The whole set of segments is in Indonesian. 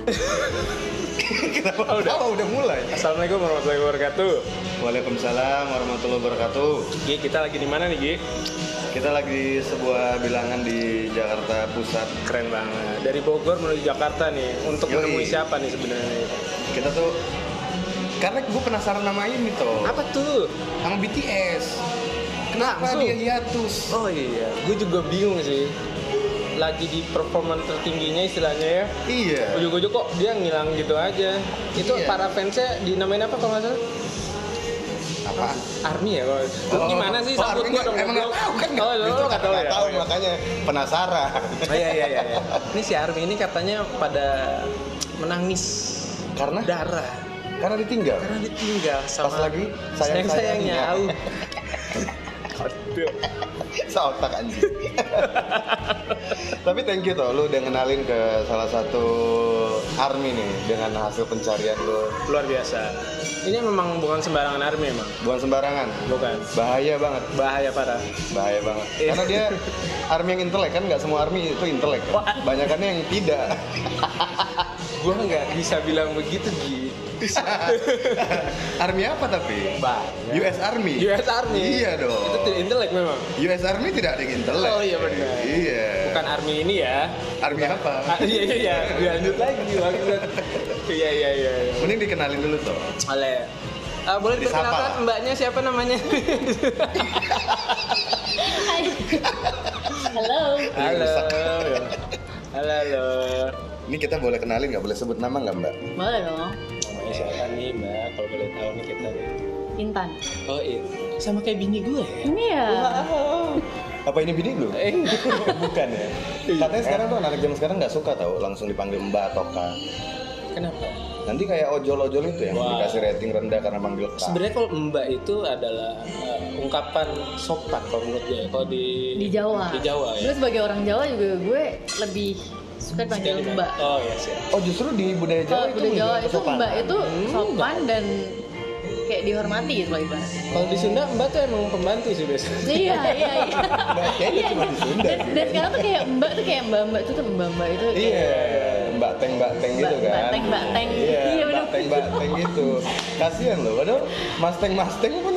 Kenapa? Udah mulai. Assalamualaikum warahmatullahi wabarakatuh. Waalaikumsalam warahmatullahi wabarakatuh. Gi, kita lagi di mana nih, Gi? Kita lagi di sebuah bilangan di Jakarta Pusat. Keren banget. Dari Bogor menuju Jakarta nih. Untuk menemui siapa nih sebenarnya? Kita tuh karena gue penasaran nama ini tuh. Apa tuh? Sama BTS. Kenapa Langsung? dia hiatus? Oh iya, gue juga bingung sih. Lagi di performan tertingginya istilahnya ya. Iya. Ujuk-ujuk kok dia ngilang gitu aja. Itu Iya. para fansnya dinamain apa kalau nggak salah? Apa? Army ya kalau. Lu gimana sih sabut Army gua dong? emang nggak tahu kan? Oh, lu nggak tahu ya? Tahu makanya penasaran. Oh, iya. Ini si Army ini katanya pada menangis Karena darah karena ditinggal. karena ditinggal sama Pas lagi sayang-sayangnya. sayang-sayangnya. Seotak anjing. Tapi thank you toh, lu udah ngenalin ke salah satu army nih dengan hasil pencarian lu. Luar biasa. Ini memang bukan sembarangan Army emang. Bukan sembarangan. Bukan. Bahaya banget. Bahaya parah. Bahaya banget. Karena dia army yang intelek kan, nggak semua army itu intelek. Wah. Banyakannya yang tidak. Gua nggak bisa bilang begitu, Gi. Army apa tapi? Banyak. US Army. US Army. Iya dong. Itu tidak intelek memang. US Army tidak ada yang intelek. Oh iya benar. Iya. Bukan Army ini ya. Army apa? Iya. Lanjut lagi maksud. Iya. Mending dikenalin dulu toh. Oleh. Boleh Disapa. diperkenalkan mbaknya siapa namanya? Halo. Halo. Ini kita boleh kenalin, nggak boleh sebut nama nggak mbak? Boleh dong. Namanya siapa nih mbak? Kalau boleh tahu nih kita nih. Intan. Oh iya. Sama kayak bini gue ya? Ini ya. Apa ini bini lu? Bukan ya. Katanya sekarang tuh anak zaman sekarang nggak suka tahu langsung dipanggil mbak atau kak. Kenapa? Nanti kayak ojol-ojol itu yang Wah. dikasih rating rendah karena manggil kak. Sebenarnya kalau mbak itu adalah ungkapan sopan kalau menurut gue. Kalau Di Jawa. Di Jawa ya. Gue sebagai orang Jawa juga gue lebih suka dipanggil Sekali, Mbak. Oh iya sih. Oh justru di budaya Jawa Kalau itu budaya Jawa menunjukkan itu kesopanan. Mbak itu sopan dan kayak dihormati gitu lah ibaratnya. Kalau di Sunda mbak tuh emang pembantu sih biasanya. Iya. Mbak kayaknya cuma di Sunda. Dan sekarang tuh kayak Mbak tuh kayak Mbak itu tuh Mbak itu kayak Iya, mbak teng gitu kan. Mbak teng. Iya, Iya, bener. mbak teng gitu. Kasihan loh, padahal mas teng pun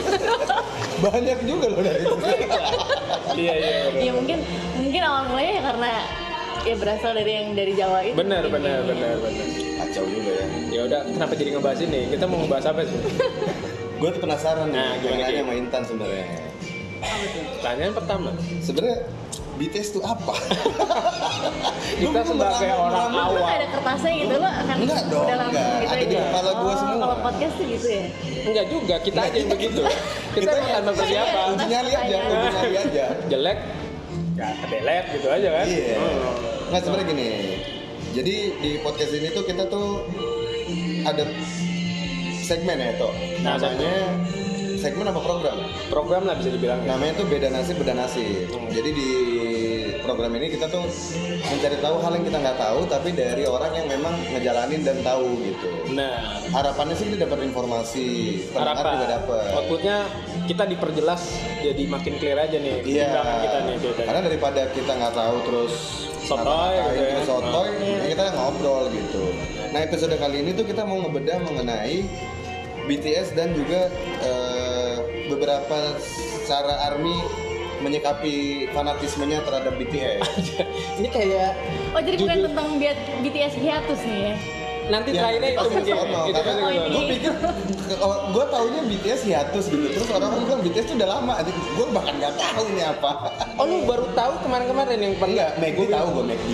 banyak juga loh dari itu. Iya. Ya mungkin awal mulanya ya karena ya berasal dari Jawa itu. Benar. Kacau juga ya. Ya udah, kenapa jadi ngebahas ini? Kita mau ngebahas apa sih? Gue tuh penasaran nih, Nah, gimana, nanya Ki? sama Intan sebenarnya. Pertanyaan pertama. Sebenarnya BTS itu apa? Kita sebagai orang Lu awam. ada kertasnya gitu lo akan Enggak dong, udah langsung enggak. gitu Ada di aja. kepala gua semua. Kalau podcast tuh gitu ya. Enggak juga, kita aja yang begitu. Kita Kita bukan persiapan. uji nyali aja. Jelek, ya delete gitu aja kan. Iya. Nggak sebenarnya gini. Jadi di podcast ini tuh kita tuh ada segmen ya toh. Namanya segmen apa program? Program lah bisa dibilang. Namanya tuh beda nasib beda nasib. Jadi di program ini kita tuh mencari tahu hal yang kita nggak tahu tapi dari orang yang memang ngejalanin dan tahu gitu. Nah, Harapannya sih kita dapat informasi, pendengar juga dapat. outputnya kita diperjelas jadi makin clear aja nih. Iya. Tindakan kita nih ceritanya. Karena daripada kita nggak tahu terus Sotoy ngata-ngatain, gitu ya. terus sotoy, ya kita ngobrol gitu. Nah episode kali ini tuh kita mau ngebedah mengenai BTS dan juga beberapa cara ARMY menyikapi fanatismenya terhadap BTS. Ini kayak Oh jadi bukan judul- tentang BTS hiatus nih ya? nanti Ya, terakhirnya itu pasti mungkin. sono, Itu karena pasti Oh, sono. ini. gue pikir, gue taunya BTS hiatus gitu. Terus orang-orang bilang BTS tuh udah lama. Gue bahkan nggak tahu ini apa. Oh lu baru tahu kemarin-kemarin yang Enggak, McD tahu gue McD.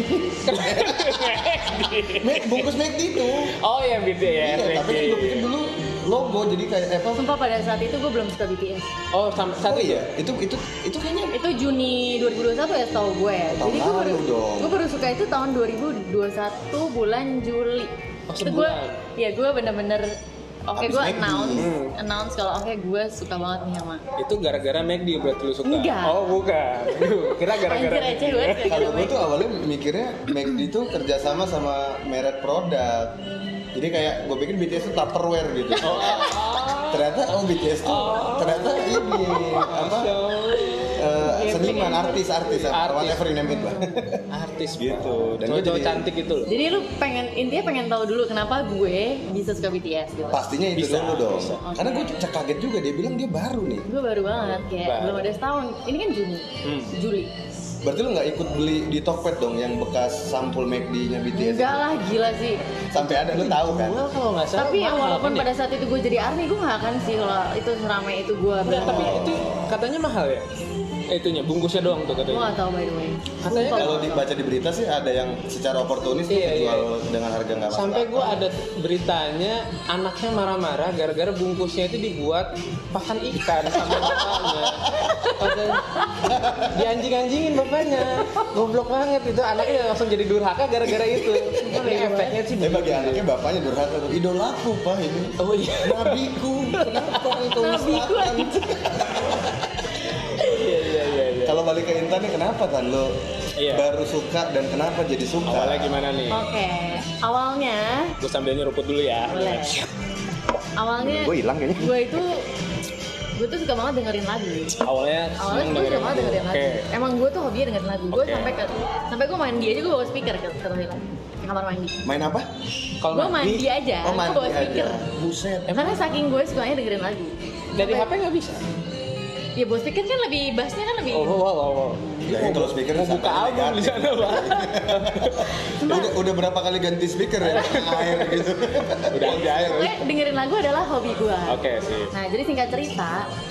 Bungkus McD tuh. Oh yang BTS. Iya, tapi kan gue pikir dulu logo jadi kayak apa? Sumpah pada saat itu gue belum suka BTS. Oh satu Oh iya, itu kayaknya Itu Juni 2021 ya setahu gue ya. Tahun Jadi gue baru lalu dong. gue baru suka itu tahun 2021 bulan Juli. Oh, Itu gue sebulan. ya gue bener-bener oke Habis gue McD. announce kalau oke gue suka banget nih sama. itu gara-gara McD berarti lu suka? Enggak. Oh bukan. Kira gara-gara Anjir receh banget kalau gara-gara gue tuh awalnya mikirnya McD tuh kerjasama sama merek produk. Jadi kayak gue pikir BTS tuh Tupperware gitu. Ternyata BTS tuh ternyata ini apa? seniman, artis, whatever you name it lah. Artis Gitu. Dan cowok jadi- Jadi cantik gitu loh. lu pengen tahu dulu kenapa gue bisa suka BTS gitu. Pastinya itu Bisa, dulu dong. bisa. Karena gue kaget juga, dia bilang dia baru nih. Gue baru banget kayak Baru. belum ada setahun. Ini kan Juli. Berarti lu nggak ikut beli di Tokped dong yang bekas sampul McD-nya BTS? Enggak lah, gila sih. Sampai ada, lu tahu kan? Gua kalau nggak salah. Tapi yang mahal walaupun kan ya? pada saat itu gue jadi ARMY, gue gak akan sih kalau itu seramai itu gue Enggak, tapi itu katanya mahal ya? Itunya bungkusnya doang tuh gue katanya. gak tau by the way. Katanya Sumpah. Kalau dibaca di berita sih ada yang secara oportunis tuh Iya, iya. jual dengan harga nggak masuk Sampai akal. gue ada beritanya anaknya marah-marah gara-gara bungkusnya itu dibuat pakan ikan sama bapaknya. Katanya dianjing-anjingin bapaknya. Goblok banget itu, anaknya langsung jadi durhaka gara-gara itu. Ini efeknya sih bagi begitu. anaknya bapaknya durhaka tuh, idolaku pak ini. Oh iya. Nabiku, kenapa engkau Nabiku, mustahkan? Iya. Kalau balik ke Intan nih kenapa Tan lo Iya. baru suka dan kenapa jadi suka? Awalnya gimana nih? Oke, awalnya Gue sambil nyeruput dulu ya. boleh. Awalnya Gue hilang kayaknya. gue tuh suka banget dengerin lagu. Awalnya Awalnya gue suka banget dengerin lagu. Oke. Emang gue tuh hobinya dengerin lagu. Gue Oke. sampai gue mandi aja gue bawa speaker ke toilet, ke kamar mandi. Main apa? Kalau Gue mandi aja, Oh gue mandi bawa speaker. aja. Buset. Karena saking gue sukanya dengerin lagu. dari Sampai- HP nggak bisa. Ya bawa speaker kan lebih bassnya kan lebih. Wow. Jangan kalau speaker Mau buka sampai album di negatif. sana, Bang. Udah berapa kali ganti speaker ya? Air gitu. Udah aja air. Pokoknya dengerin lagu adalah hobi gue. Oke sih. Nah jadi singkat cerita,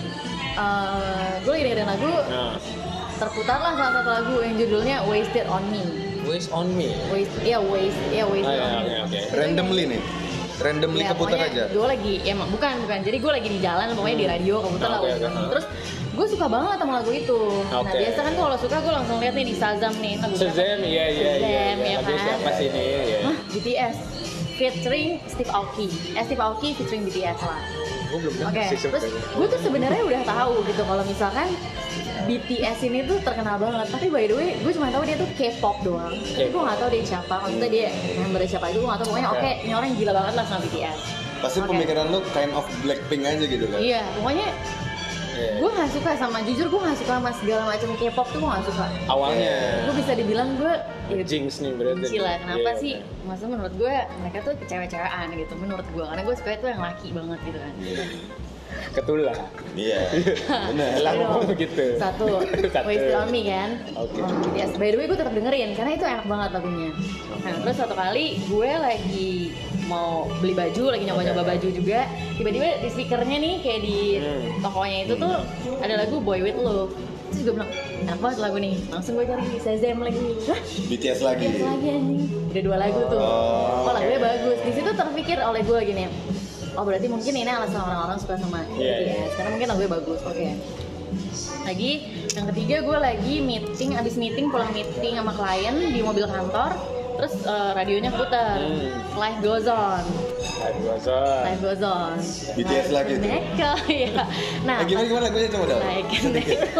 gue lagi dengerin lagu, Nah, terputarlah salah satu lagu yang judulnya Wasted on Me. Waste on me. Wasted Oh, on ya, Me. oke. Randomly nih. Randomly Ya, keputar pokoknya aja. gue lagi, ya bukan. Jadi gue lagi di jalan, pokoknya di radio keputar lah. Oke, Wasted on Me. oke. Terus gue suka banget sama lagu itu. Nah Oke. biasa kan kalau suka gue langsung lihat nih di Shazam nih lagu siapa? Shazam, iya. Shazam, ya Lagu kan? siapa sih ini? Ya. Hah, BTS featuring Steve Aoki. Steve Aoki featuring BTS lah. Gue belum Oke, dengar sih terus sebenarnya. gue tuh sebenarnya udah tahu gitu kalau misalkan BTS ini tuh terkenal banget. Tapi by the way, gue cuma tahu dia tuh K-pop doang. Tapi gue nggak tahu dia siapa. Maksudnya dia member siapa itu gue nggak tahu. Pokoknya oke, ini orang gila banget lah sama BTS. Pasti Oke. pemikiran lu kind of Blackpink aja gitu kan? Iya, pokoknya Iya. gue nggak suka sama, jujur gue nggak suka sama segala macam K-pop tuh gue nggak suka. Awalnya Gue bisa dibilang gue ya, Jinx nih berarti. gila, kenapa Iya, sih? iya. Maksudnya menurut gue mereka tuh cewek-cewekan gitu, menurut gue. Karena gue suka tuh yang laki banget gitu kan. Ketulah. Iya. Benar. Lah Ayo. ngomong begitu. Satu, Satu. Wasted on Me kan. Oke. Yes, by the way gue tetap dengerin karena itu enak banget lagunya. Nah terus suatu kali gue lagi mau beli baju, lagi nyoba-nyoba baju juga. Tiba-tiba di speakernya nih kayak di tokonya itu tuh ada lagu Boy With Love. Terus gue bilang, enak banget lagu nih. Langsung gue cari Shazam lagi. Hah? BTS lagi. BTS lagi anjing. Udah 2 lagu tuh. Oh, Oh lagunya bagus. Di situ terpikir oleh gue gini. Oh berarti mungkin ini alasan orang-orang suka sama Iya, BTS. Karena mungkin lagunya bagus. Oke. Lagi yang ketiga gue lagi abis meeting pulang meeting sama klien di mobil kantor. Terus radionya putar. Life goes on. Life goes on. BTS lagi tuh. Neko, ya. Nah, Gimana lagunya coba dong? Like Neko.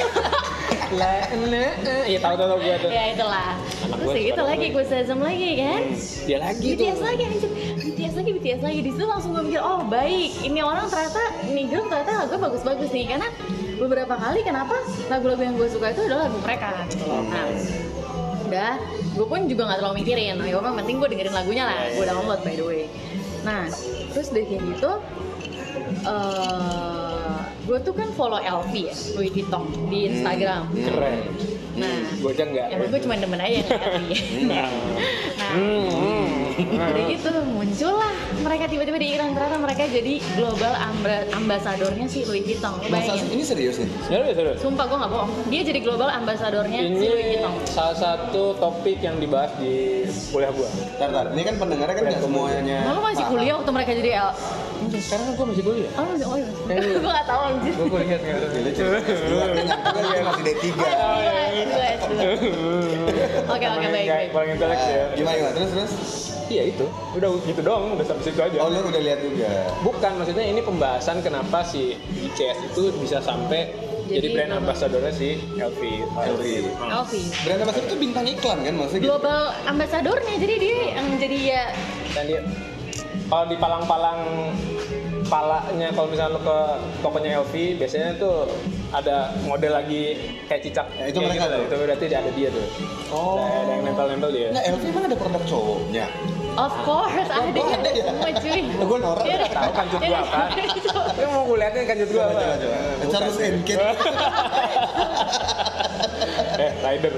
Iya tahu gue tuh. Ya itulah. Anak Terus gua ya gitu suka lagi, gue Shazam lagi kan. Dia lagi tuh. BTS lagi anjir. BTS lagi. Di situ langsung gue mikir, oh baik. Ini orang ternyata, ini grup ternyata lagu bagus-bagus nih. Karena beberapa kali kenapa lagu-lagu yang gue suka itu adalah lagu mereka gitu loh. Nah, udah, gue pun juga nggak terlalu mikirin. Oh, ya udah, penting gue dengerin lagunya lah. Gue download by the way. Nah, terus dari kayak gitu, gue tuh kan follow LV ya, Louis Vuitton di Instagram. Keren. Nah, Gue aja enggak. emang gue cuma demen aja ngeliat dia. Nah, udah gitu muncullah mereka tiba-tiba di iklan, ternyata mereka jadi global ambasadornya si Louis Vuitton. Lo Masa bayangin? ini serius nih? Serius. Sumpah gue nggak bohong, dia jadi global ambasadornya si Louis Ini Vuitton. salah satu topik yang dibahas di kuliah gua. Tar. Ini kan pendengarnya kan nggak semuanya. Nah, lo masih paham. kuliah waktu mereka jadi L? Sekarang kan gua masih kuliah. Oh, masih, oh iya. Gue nggak tahu anjir. Gua kuliah sekarang. Gila, cuy. S2, dia nyangka kan dia masih D3. S2. Oke, baik. Paling intelek ya. Gimana? Terus? Iya itu. Udah gitu doang, udah sampai situ aja. Oh, lu udah lihat juga. Bukan, maksudnya ini pembahasan kenapa si BTS itu bisa sampai jadi brand global. ambassador-nya si LV. Alfi. Brand ambassador itu bintang iklan kan maksudnya gitu. Global ambasadornya, jadi dia yang jadi ya. Dan dia kalau di palang-palang palanya, kalau misalnya lo ke tokonya LV biasanya tuh ada model lagi kayak cicak. Itu kayak mereka gitu, tuh? itu berarti ada dia tuh. Oh. Ada yang nempel-nempel dia. Nah, LV emang ada produk cowoknya? Of course ada ada ya? semua cuy. Gue norak. Iya, Tahu kancut gua apa? Lu mau gue liatin kancut gua apa? Coba. Charles and Kate. Rider.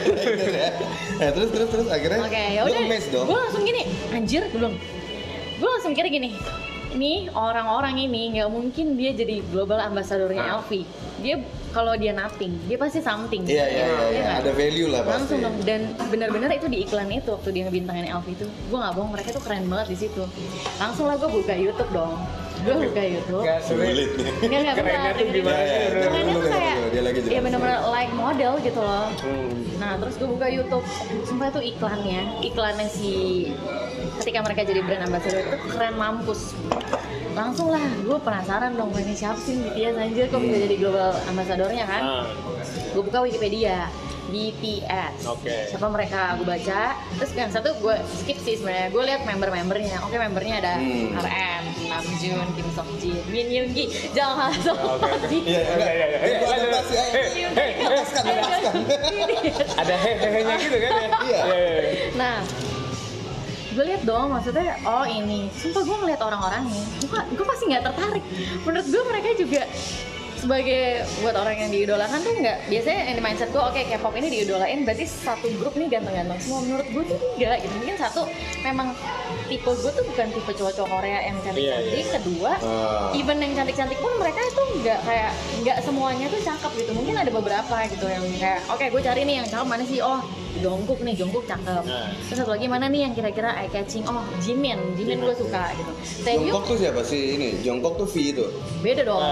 Nah, terus akhirnya Oke, ya lu udah. amazed dong. Gue langsung gini, anjir, gue langsung kira gini. Nih orang-orang ini nggak mungkin dia jadi global ambassadornya LV. Dia kalau dia nothing, dia pasti something. Iya, kan? ada value lah pasti. Langsung dong. Dan benar-benar itu di iklan itu waktu dia ngebintangin LV itu, gue nggak bohong, mereka tuh keren banget di situ. Langsung lah gue buka YouTube dong. Gue buka YouTube. Gak Sulit nih. Enggak Kerennya tuh gimana sih? Kerennya tuh kayak Dia lagi jelasin. ya benar-benar like model gitu loh. Hmm. Nah terus gue buka YouTube, sumpah itu iklannya si ketika mereka jadi brand ambassador itu keren mampus. Langsung lah, gue penasaran dong, ini siapa sih BTS anjir kok bisa jadi global ambassadornya kan? Gue buka Wikipedia, BTS. Oke. Siapa mereka? Gue baca. Terus yang satu gue skip sih sebenarnya. Gue lihat member-membernya. Oke, membernya ada RM, Namjoon, Kim Seokjin, Min Yoongi, Jang Ha Sung. Oke. Iya. Gue adaptasi aja. Lepaskan. Ada hehe-nya gitu kan ya? Iya. Nah, gue lihat dong, maksudnya oh ini. Sumpah gue ngeliat orang-orangnya, gue pasti nggak tertarik. Menurut gue mereka juga sebagai buat orang yang diidolakan tuh nggak, biasanya di mindset gue oke, K-pop ini diidolain berarti satu grup nih ganteng-ganteng semua. Menurut gue tuh enggak gitu. Mungkin satu, memang tipe gue tuh bukan tipe cowok-cowok Korea yang cantik-cantik. Kedua, even yang cantik-cantik pun mereka itu nggak semuanya tuh cakep gitu. Mungkin ada beberapa gitu yang kayak oke, gue cari nih yang cakep mana sih? Oh, Jungkook cakep. Terus satu lagi mana nih yang kira-kira eye catching? Oh, Jimin gue suka gitu. Jungkook tuh siapa sih ini? Jungkook tuh V itu. Beda dong.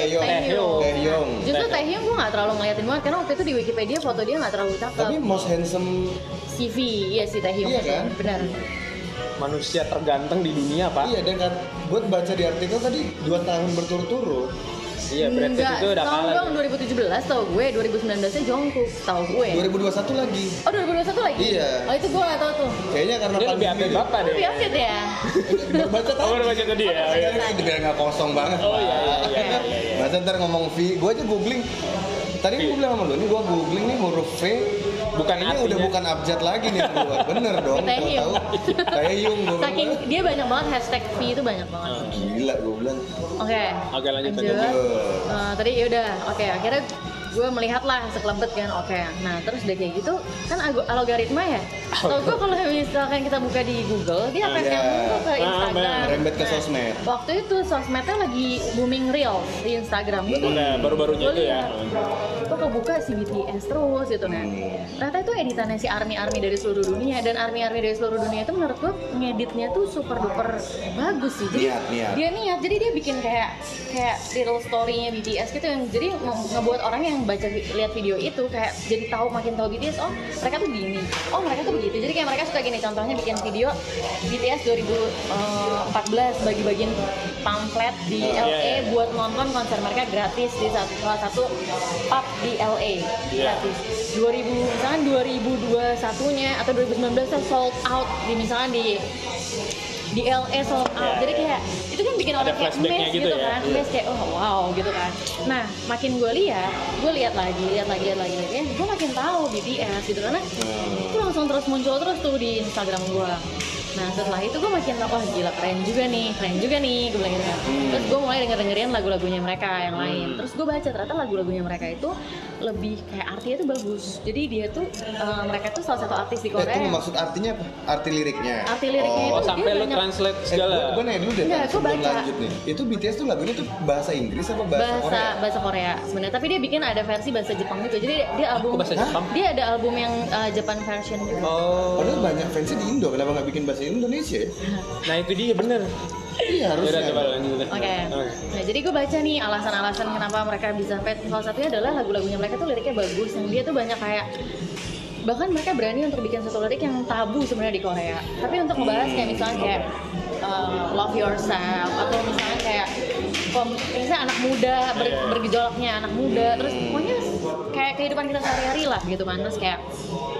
Taehyung. Justru Taehyung gue nggak terlalu ngeliatin banget karena waktu itu di Wikipedia foto dia nggak terlalu cakep. Tapi most handsome CV, iya si Taehyung. Iya kan? Benar. Manusia terganteng di dunia, Pak. Iya, dan kan buat baca di artikel tadi 2 tahun berturut-turut. Iya, Brad Pitt itu udah kalah. Tahun 2017 tau gue, 2019-nya Jungkook tau gue. 2021 lagi. Oh 2021 lagi? Iya. Oh itu gue nggak tahu tuh. Kayaknya karena Dia lebih update bapak deh. Lebih update ya? Baru baca tadi. Baru baca tadi ya. Biar nggak kosong banget. Oh iya. Masa ntar ngomong V, gue aja googling. Tadi gue bilang sama lu, ini gue googling nih huruf V. Bukan ini artinya. udah bukan abjad lagi nih yang keluar. Bener dong. Taehyung. Taehyung gue bilang. Saking dia banyak banget hashtag V itu banyak banget. Gila gue bilang. Oke, lanjut. Tadi yaudah, oke, akhirnya gue melihat lah sekelebet kan, oke. Nah terus udah kayak gitu, kan algoritma ya. Tau gue kalau misalkan kita buka di Google, dia akan yang muncul ke Instagram. Merembet ke sosmed. Waktu itu sosmednya lagi booming Reels di Instagram. Gue tuh baru-barunya itu ya. Gue kebuka si BTS terus gitu nah. Ternyata itu editannya si ARMY dari seluruh dunia, dan ARMY dari seluruh dunia itu menurut gue ngeditnya tuh super duper bagus sih. Jadi Niat. dia niat, jadi dia bikin kayak little story-nya BTS gitu yang jadi ngebuat orang yang lihat video itu kayak jadi makin tahu BTS. Oh mereka tuh gini, oh mereka tuh begitu. Jadi kayak mereka suka gini, contohnya bikin video BTS 2014 bagi-bagiin pamflet di LA buat nonton konser mereka gratis di salah satu pub di LA gratis. 2021-nya atau 2019-nya sold out di misalkan di LA sold out. Jadi kayak itu kan bikin orang kayak amazed gitu kan. Amazed kayak oh wow gitu kan. Nah, makin gue lihat lagi, gue makin tahu BTS gitu karena itu langsung terus muncul terus tuh di Instagram gue. Nah setelah itu gue makin wah gila keren juga nih gue bilang gitu kan. Terus gue mulai dengerin lagu-lagunya mereka yang lain. Terus gue baca ternyata lagu-lagunya mereka itu lebih kayak artinya tuh bagus. Jadi dia tuh mereka tuh salah satu artis di Korea. Itu maksud artinya apa? Arti liriknya. Arti liriknya itu sampai lu translate segala. Gue nanya dulu deh. Enggak, gue baca. Lanjut nih. Itu BTS tuh lagunya tuh bahasa Inggris apa bahasa Korea? Bahasa Korea sebenarnya. Tapi dia bikin ada versi bahasa Jepang gitu. Jadi dia album bahasa Jepang? Dia ada album yang Japan version juga. Padahal banyak fansnya di Indo. Kenapa nggak bikin bahasa Indonesia ya? Nah itu dia bener. Iya harusnya. Coba lanjut. Oke. Nah jadi gue baca nih alasan-alasan kenapa mereka bisa sampai salah satunya adalah lagu-lagunya mereka tuh liriknya bagus. Yang dia tuh banyak kayak bahkan mereka berani untuk bikin satu lirik yang tabu sebenarnya di Korea. Tapi untuk ngebahas kayak misalnya kayak love yourself atau misalnya kayak misalnya anak muda bergejolaknya anak muda terus pokoknya kayak kehidupan kita sehari-hari lah gitu kan. Terus kayak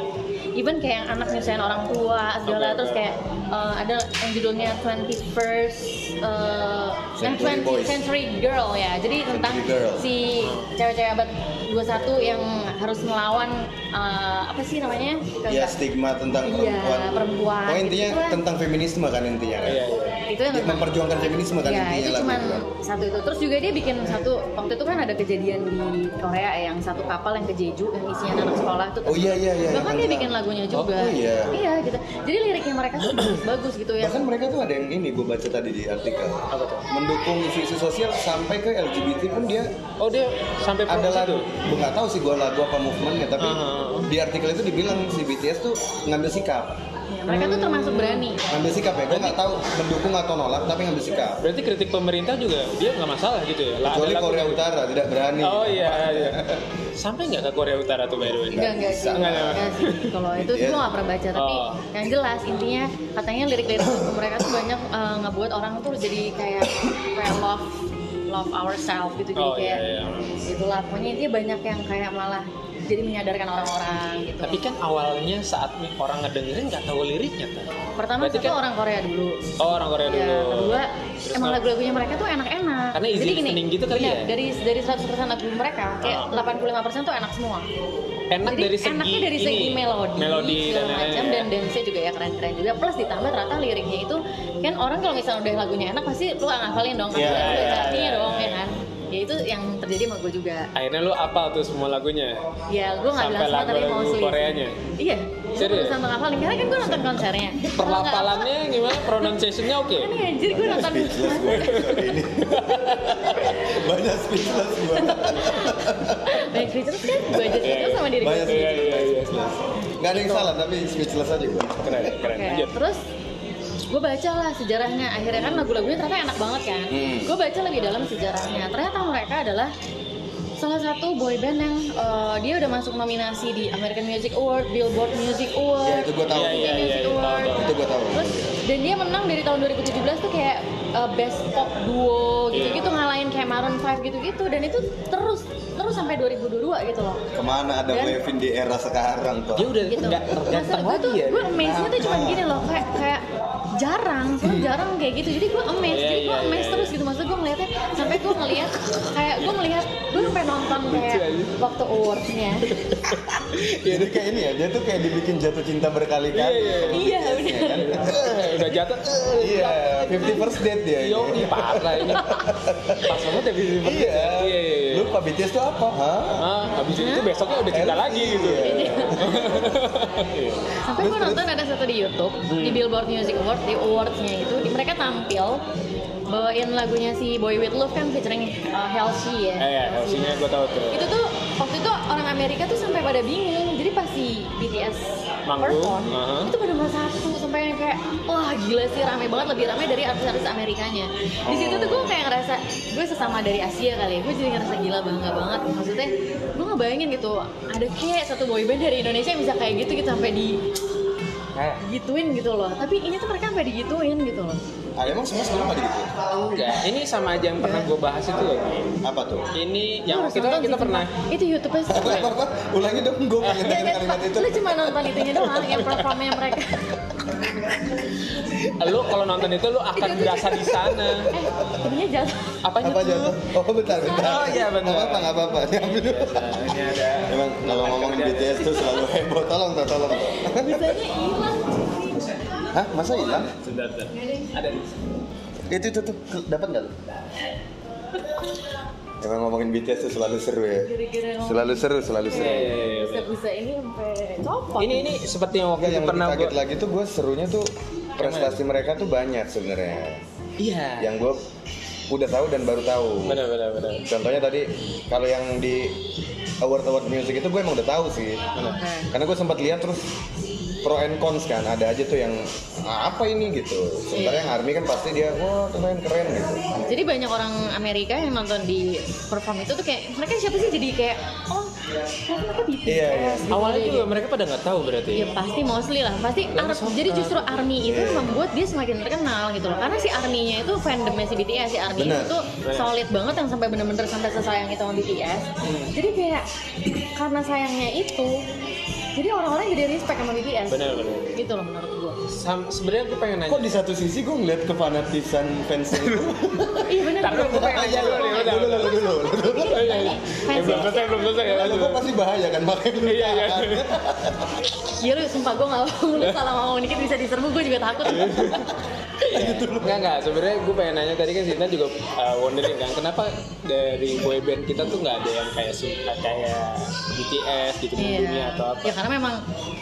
even kayak yang anak nyusahin orang tua segala, terus kayak ada yang judulnya 21st Century Boys. Century Girl ya, jadi tentang Girl. si cewek-cewek abad 21 yang harus melawan apa sih namanya? Ya stigma tentang Iya, perempuan. Oh intinya Gitu kan. tentang feminisme kan intinya kan. Iya. Itu yang Dia memperjuangkan feminisme kan ya, intinya itu lagu cuman itu kan. satu itu. Terus juga dia bikin satu, waktu itu kan ada kejadian di Korea yang satu kapal yang ke Jeju yang isinya anak sekolah itu. Oh iya. Bahkan dia bikin lagunya juga. Oh iya. Iya gitu. Jadi liriknya mereka tuh bagus gitu ya. Bahkan mereka tuh ada yang ini gue baca tadi di artikel. Apa tuh? Mendukung isu-isu sosial sampai ke LGBT pun dia Oh dia sampai pro ada lagu. situ? Gue nggak tahu sih gue lagu apa movementnya, tapi di artikel itu dibilang si BTS tuh ngambil sikap. Ya, mereka tuh termasuk berani. Ngambil sikap ya, gue nggak tahu mendukung atau nolak, tapi ngambil sikap. Berarti kritik pemerintah juga dia nggak masalah gitu ya? Lah, Kecuali ada lagu- Korea Utara tidak berani. Oh iya. Sampai nggak ke Korea Utara tuh by the way? Enggak sih. Enggak. Enggak sih. Kalau itu BTS. gue gak pernah baca, tapi Oh. yang jelas intinya katanya lirik-lirik lagu mereka tuh banyak ngebuat orang tuh jadi kayak love ourselves gitu, jadi Oh, kayak iya. itulah, pokoknya intinya banyak yang kayak malah jadi menyadarkan orang-orang gitu. Tapi kan awalnya saat orang ngedengerin nggak tahu liriknya kan? Pertama Berarti satu kan- orang Korea dulu. Oh orang Korea Ya, dulu. kedua Terus emang nggak- lagu-lagunya mereka tuh enak-enak. Karena easy jadi gini, listening gitu kali bener, ya? dari 100% lagu mereka kayak 85% tuh enak semua. Enak Jadi dari segi enaknya dari segi ini, melodi dan segala macam, lain-lain dan ya. dance-nya juga ya keren-keren juga. Plus ditambah ternyata liriknya itu kan orang kalau misalnya udah lagunya enak pasti lu ngafalin dong, Iya, ngafalin iya, artinya iya. dong ya kan. Ya itu yang terjadi sama gue juga. Akhirnya lu apal tuh semua lagunya? Ya gue nggak bilang Sampai semua tapi lagu-lagu mostly. Koreanya? Iya. Gue Serius? berusaha ngafalin karena kan gue nonton konsernya. Kalau nggak Perlapalannya gimana? Pronunciation-nya oke? hafal, nih anjir gue nonton. Speechless gue episode ini. Banyak speechless gue. Baik Richard kan gue aja Iya, sama diri gue Banyak sendiri. Iya. Gak ada yang salah tapi speechless aja gue. Keren. Oke, Lanjut. terus gue baca lah sejarahnya, akhirnya kan lagu-lagunya ternyata enak banget kan. Gue baca lebih dalam sejarahnya, ternyata mereka adalah salah satu boy band yang dia udah masuk nominasi di American Music Award, Billboard Music Award, Ya itu gue tahu. Iya, Music tahu, Award. tahu. Itu gue tahu. Terus dan dia menang dari tahun 2017 tuh kayak best pop duo gitu-gitu, ngalahin kayak Maroon 5 gitu-gitu, dan itu terus sampai 2022 gitu loh. Kemana ada Dan- Wavin di era sekarang tuh? Dia udah Gitu. nggak terganteng Gue lagi tuh, ya? gue amaze-nya tuh cuma gini loh, kayak jarang, soalnya jarang kayak gitu. Jadi gue amaze, Iya, jadi gue iya, amaze iya. terus gitu. Maksudnya gue ngeliatnya, sampai gue ngeliat, kayak gue melihat, gue sampai nonton kayak waktu awards-nya. Jadi kayak ini ya, dia tuh kayak dibikin jatuh cinta berkali-kali. Iya, BTS-nya bener. kan? Udah jatuh. Iya, 50 first date dia. Yo, ini parah ini. Pas banget ya Busy Birthday. Iya. Iya. Lupa BTS tuh apa? Hah? Ah, habis itu besoknya udah cinta lagi gitu. Iya. Sampai gue nonton ada satu di YouTube, di Billboard Music Award, di awards-nya itu, mereka tampil bawain lagunya si Boy With Love kan featuring Halsey ya. Iya, hasilnya gue tahu tuh. Itu tuh waktu itu orang Amerika tuh sampai pada bingung, jadi pas si BTS Manggung, perform aha. itu pada nomor satu, sampai yang kayak wah gila sih, rame banget, lebih rame dari artis-artis Amerikanya. Di situ tuh gue kayak ngerasa gue sesama dari Asia kali ya, gue jadi ngerasa gila, bangga banget. Maksudnya gue ngebayangin gitu, ada kayak satu boyband dari Indonesia yang bisa kayak gitu sampai digituin gitu loh. Tapi ini tuh mereka sampai digituin gitu loh. Ah, emang semua sebelum ada gitu? Enggak, ini sama aja yang pernah gue bahas itu loh. Apa tuh? Ini Lu yang harus kita nonton kita sih, pernah. sumpah. Itu YouTube-nya sih. Apa? Ulangi dong, gue pengen denger kalimat itu. Lu cuma nonton itunya doang, yang performnya mereka. Lu kalau nonton itu lu akan berasa di sana. Ininya jatuh. Apanya Apa tuh? jatuh? Oh bentar. Oh, iya, bentar. Nggak apa-apa. Diambil dulu. Ini ada. Emang kalau ngomongin BTS tuh selalu heboh. Tolong. Bisanya hilang. Hah? Masa hilang? Sebentar. Ada di. Itu tuh dapat nggak lu? Emang ngomongin BTS tuh selalu seru ya. Gara-gara ngomong Selalu seru. Iya. bisa ini sampai copot. Ini seperti yang waktu Enggak, itu yang pernah lebih kaget gue. lagi tuh gue serunya tuh prestasi mereka tuh banyak sebenarnya. Iya. Yang gue udah tahu dan baru tahu. Benar. Contohnya tadi kalau yang di award music itu gue emang udah tahu sih. Oke. Karena gue sempat lihat terus pro and cons kan, ada aja tuh yang apa ini gitu. Sementara yang ARMY kan pasti dia wah keren gitu. Jadi banyak orang Amerika yang nonton di perform itu tuh kayak mereka siapa sih, jadi kayak oh Karena mereka BTS. Iya, iya. gitu. Awalnya juga mereka pada nggak tahu berarti. Ya pasti mostly lah, pasti jadi justru ARMY itu Iya. membuat dia semakin terkenal gitu loh. Karena si ARMY-nya itu fandomnya si BTS, si ARMY Benar. itu solid banget yang sampai bener-bener sampai sesayang itu sama BTS. Jadi kayak karena sayangnya itu, jadi orang-orang jadi respect sama BTS. Benar. Gitu loh menurut gue. Sebenarnya gue pengen nanya. Kok di satu sisi gue ngeliat kefanatisan fansnya itu. Iya benar. Tapi gue pengen nanya dulu nih. Dulu. Belum selesai ya. Kalau gue pasti bahaya kan makanya lu Iya. tahan. Iya lu sumpah gue gak mau lu salah ngomong dikit bisa diserbu, gue juga takut. Enggak. Sebenarnya gue pengen nanya tadi kan Sinta juga wondering kan, kenapa dari boyband kita tuh nggak ada yang kayak BTS gitu dunia atau apa? Ya karena memang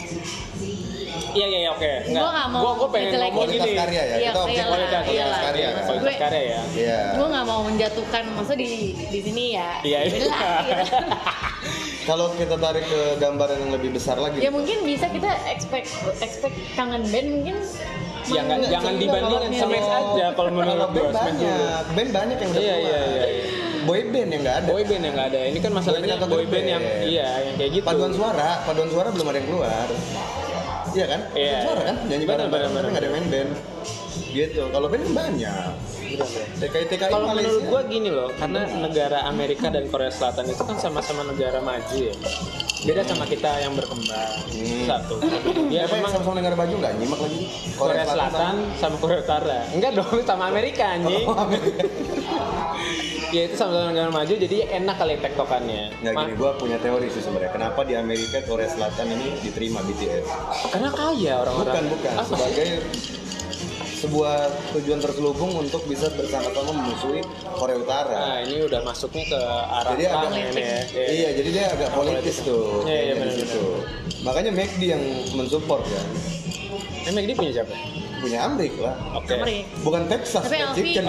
Iya oke. Enggak. Gua nggak mau Gue pengen ngejelekin. ngomong Kualitas gini. karya ya. Iya, Kita objek iyalah, kualitas iyalah. karya. Maksud Kan? Kualitas karya ya. Iya. gue nggak mau menjatuhkan, maksudnya di sini ya. Iya. Beda, gitu. Kalau kita tarik ke gambaran yang lebih besar lagi. Ya mungkin bisa kita expect kangen band mungkin. Jangan dibandingin sama Smash aja kalau menurut gue. band banyak. Band banyak yang udah Iya. keluar. Boyband yang nggak ada. Boyband yang nggak ada. Ini kan masalahnya Boyband atau boyband yang girlband. yang kayak gitu. Paduan suara belum ada yang keluar. Iya kan? Iya. Paduan suara kan nyanyi Benar, bareng-bareng benar. tapi nggak ada main band. Gitu. Kalau band kan banyak. TKI Kalau Malaysia. menurut gua gini loh, karena negara Amerika dan Korea Selatan itu kan sama-sama negara maju ya. Beda sama kita yang berkembang. Satu. Dia Siapa yang memang sama-sama negara baju nggak nyimak lagi? Korea Selatan sama Korea Utara. Enggak dong, sama Amerika anjing. Ya itu sama-sama negara maju, jadi enak kali tektokannya. Nggak gini, gue punya teori sih sebenarnya. Kenapa di Amerika Korea Selatan ini diterima BTS? Karena kaya orang-orang. Bukan. Apa? Sebagai sebuah tujuan terselubung untuk bisa bersama-sama memusuhi Korea Utara. Nah, ini udah masuknya ke arah Jadi perang agak- ini ya. Iya, jadi dia agak politis tuh. Iya, kayaknya benar, di situ. Makanya McD yang mensupport ya. Emang dia punya siapa? Punya Amrik lah. Oke. Amrik. Bukan Texas, Tapi fried Alfi- chicken.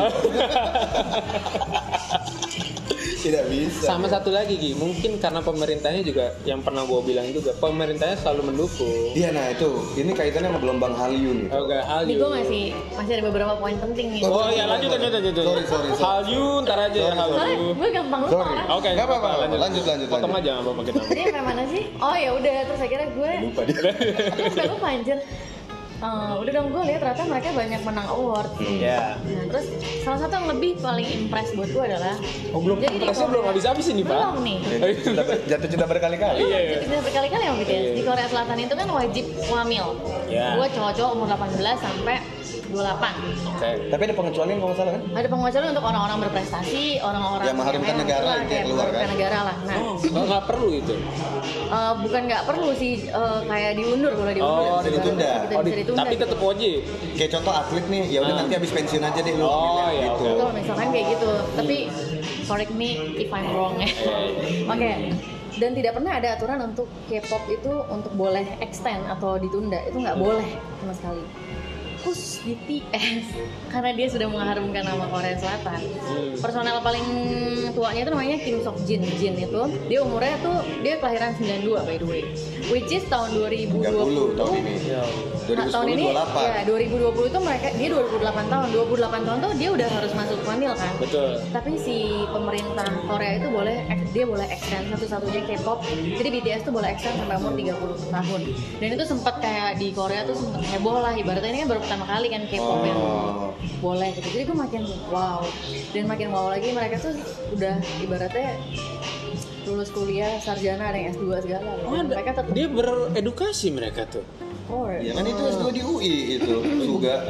Tidak bisa. Sama satu lagi Gi, mungkin karena pemerintahnya juga yang pernah gue bilang juga, pemerintahnya selalu mendukung. Iya, nah itu. Ini kaitannya sama gelombang Hallyu nih. Oke, Ini Hallyu. gue masih ada beberapa poin penting nih. Oh iya, lanjut. Sorry. Hallyu, ntar aja ya Sorry. Hallyu. Soalnya gue gampang lupa Sorry. kan. Oke, Nggak apa-apa, lanjut. Potong aja nggak apa-apa kita. Tadi sampai mana sih? Oh ya udah, terus akhirnya gue Lupa dia. sampai lupa anjir. Udah dong, gue lihat ternyata mereka banyak menang award. Ya. Nah, terus salah satu yang lebih paling impress buat gue adalah Oh belum, Jadi di impresnya belum Korea- habis-habis ini Pak. Belum nih. Jatuh cinta berkali-kali. Iya. Bisa berkali-kali sama BTS. Iya. Di Korea Selatan itu kan wajib hamil. Ya. Gue cowok-cowok umur 18 sampai 28. Oke. Tapi ada pengecualian kalau nggak salah kan? Ada pengecualian untuk orang-orang berprestasi, orang-orang Yang mengharumkan yang negara, lah, yang kayak keluar, mengharumkan kan? negara lah. Nah, Nggak perlu itu. bukan nggak perlu sih, kayak diundur kalau diundur. Oh, bisa ditunda. bisa ditunda. Tapi gitu. tetap wajib. Kayak contoh atlet nih, ya udah Ah. nanti habis pensiun aja deh lu. Oh, iya, gitu. oke. Betul, misalkan kayak gitu. Tapi correct me if I'm wrong ya. Oke. Dan tidak pernah ada aturan untuk K-pop itu untuk boleh extend atau ditunda. Itu nggak boleh sama sekali. Khusus BTS karena dia sudah mengharumkan nama Korea Selatan. Personel paling tuanya itu namanya Kim Sok Jin. Jin itu dia umurnya tuh dia kelahiran 92 by the way. Which is tahun 2020. 30 tahun ini. Nah, tahun 2010 ini 28. ya 2020 itu mereka dia 28 tahun. 28 tahun tuh dia udah harus masuk vanil kan. Betul. Tapi si pemerintah Korea itu dia boleh extend satu-satunya K-pop. Jadi BTS tuh boleh extend sampai umur 30 tahun. Dan itu sempat kayak di Korea tuh sempat heboh lah, ibaratnya ini kan baru pertama kali kan K-pop yang boleh gitu. Jadi gue makin wow. Dan makin wow lagi mereka tuh udah ibaratnya lulus kuliah, sarjana, ada yang S2 segala. Oh, Dan mereka tetap dia beredukasi mereka tuh. Ya kan itu S2 di UI itu juga.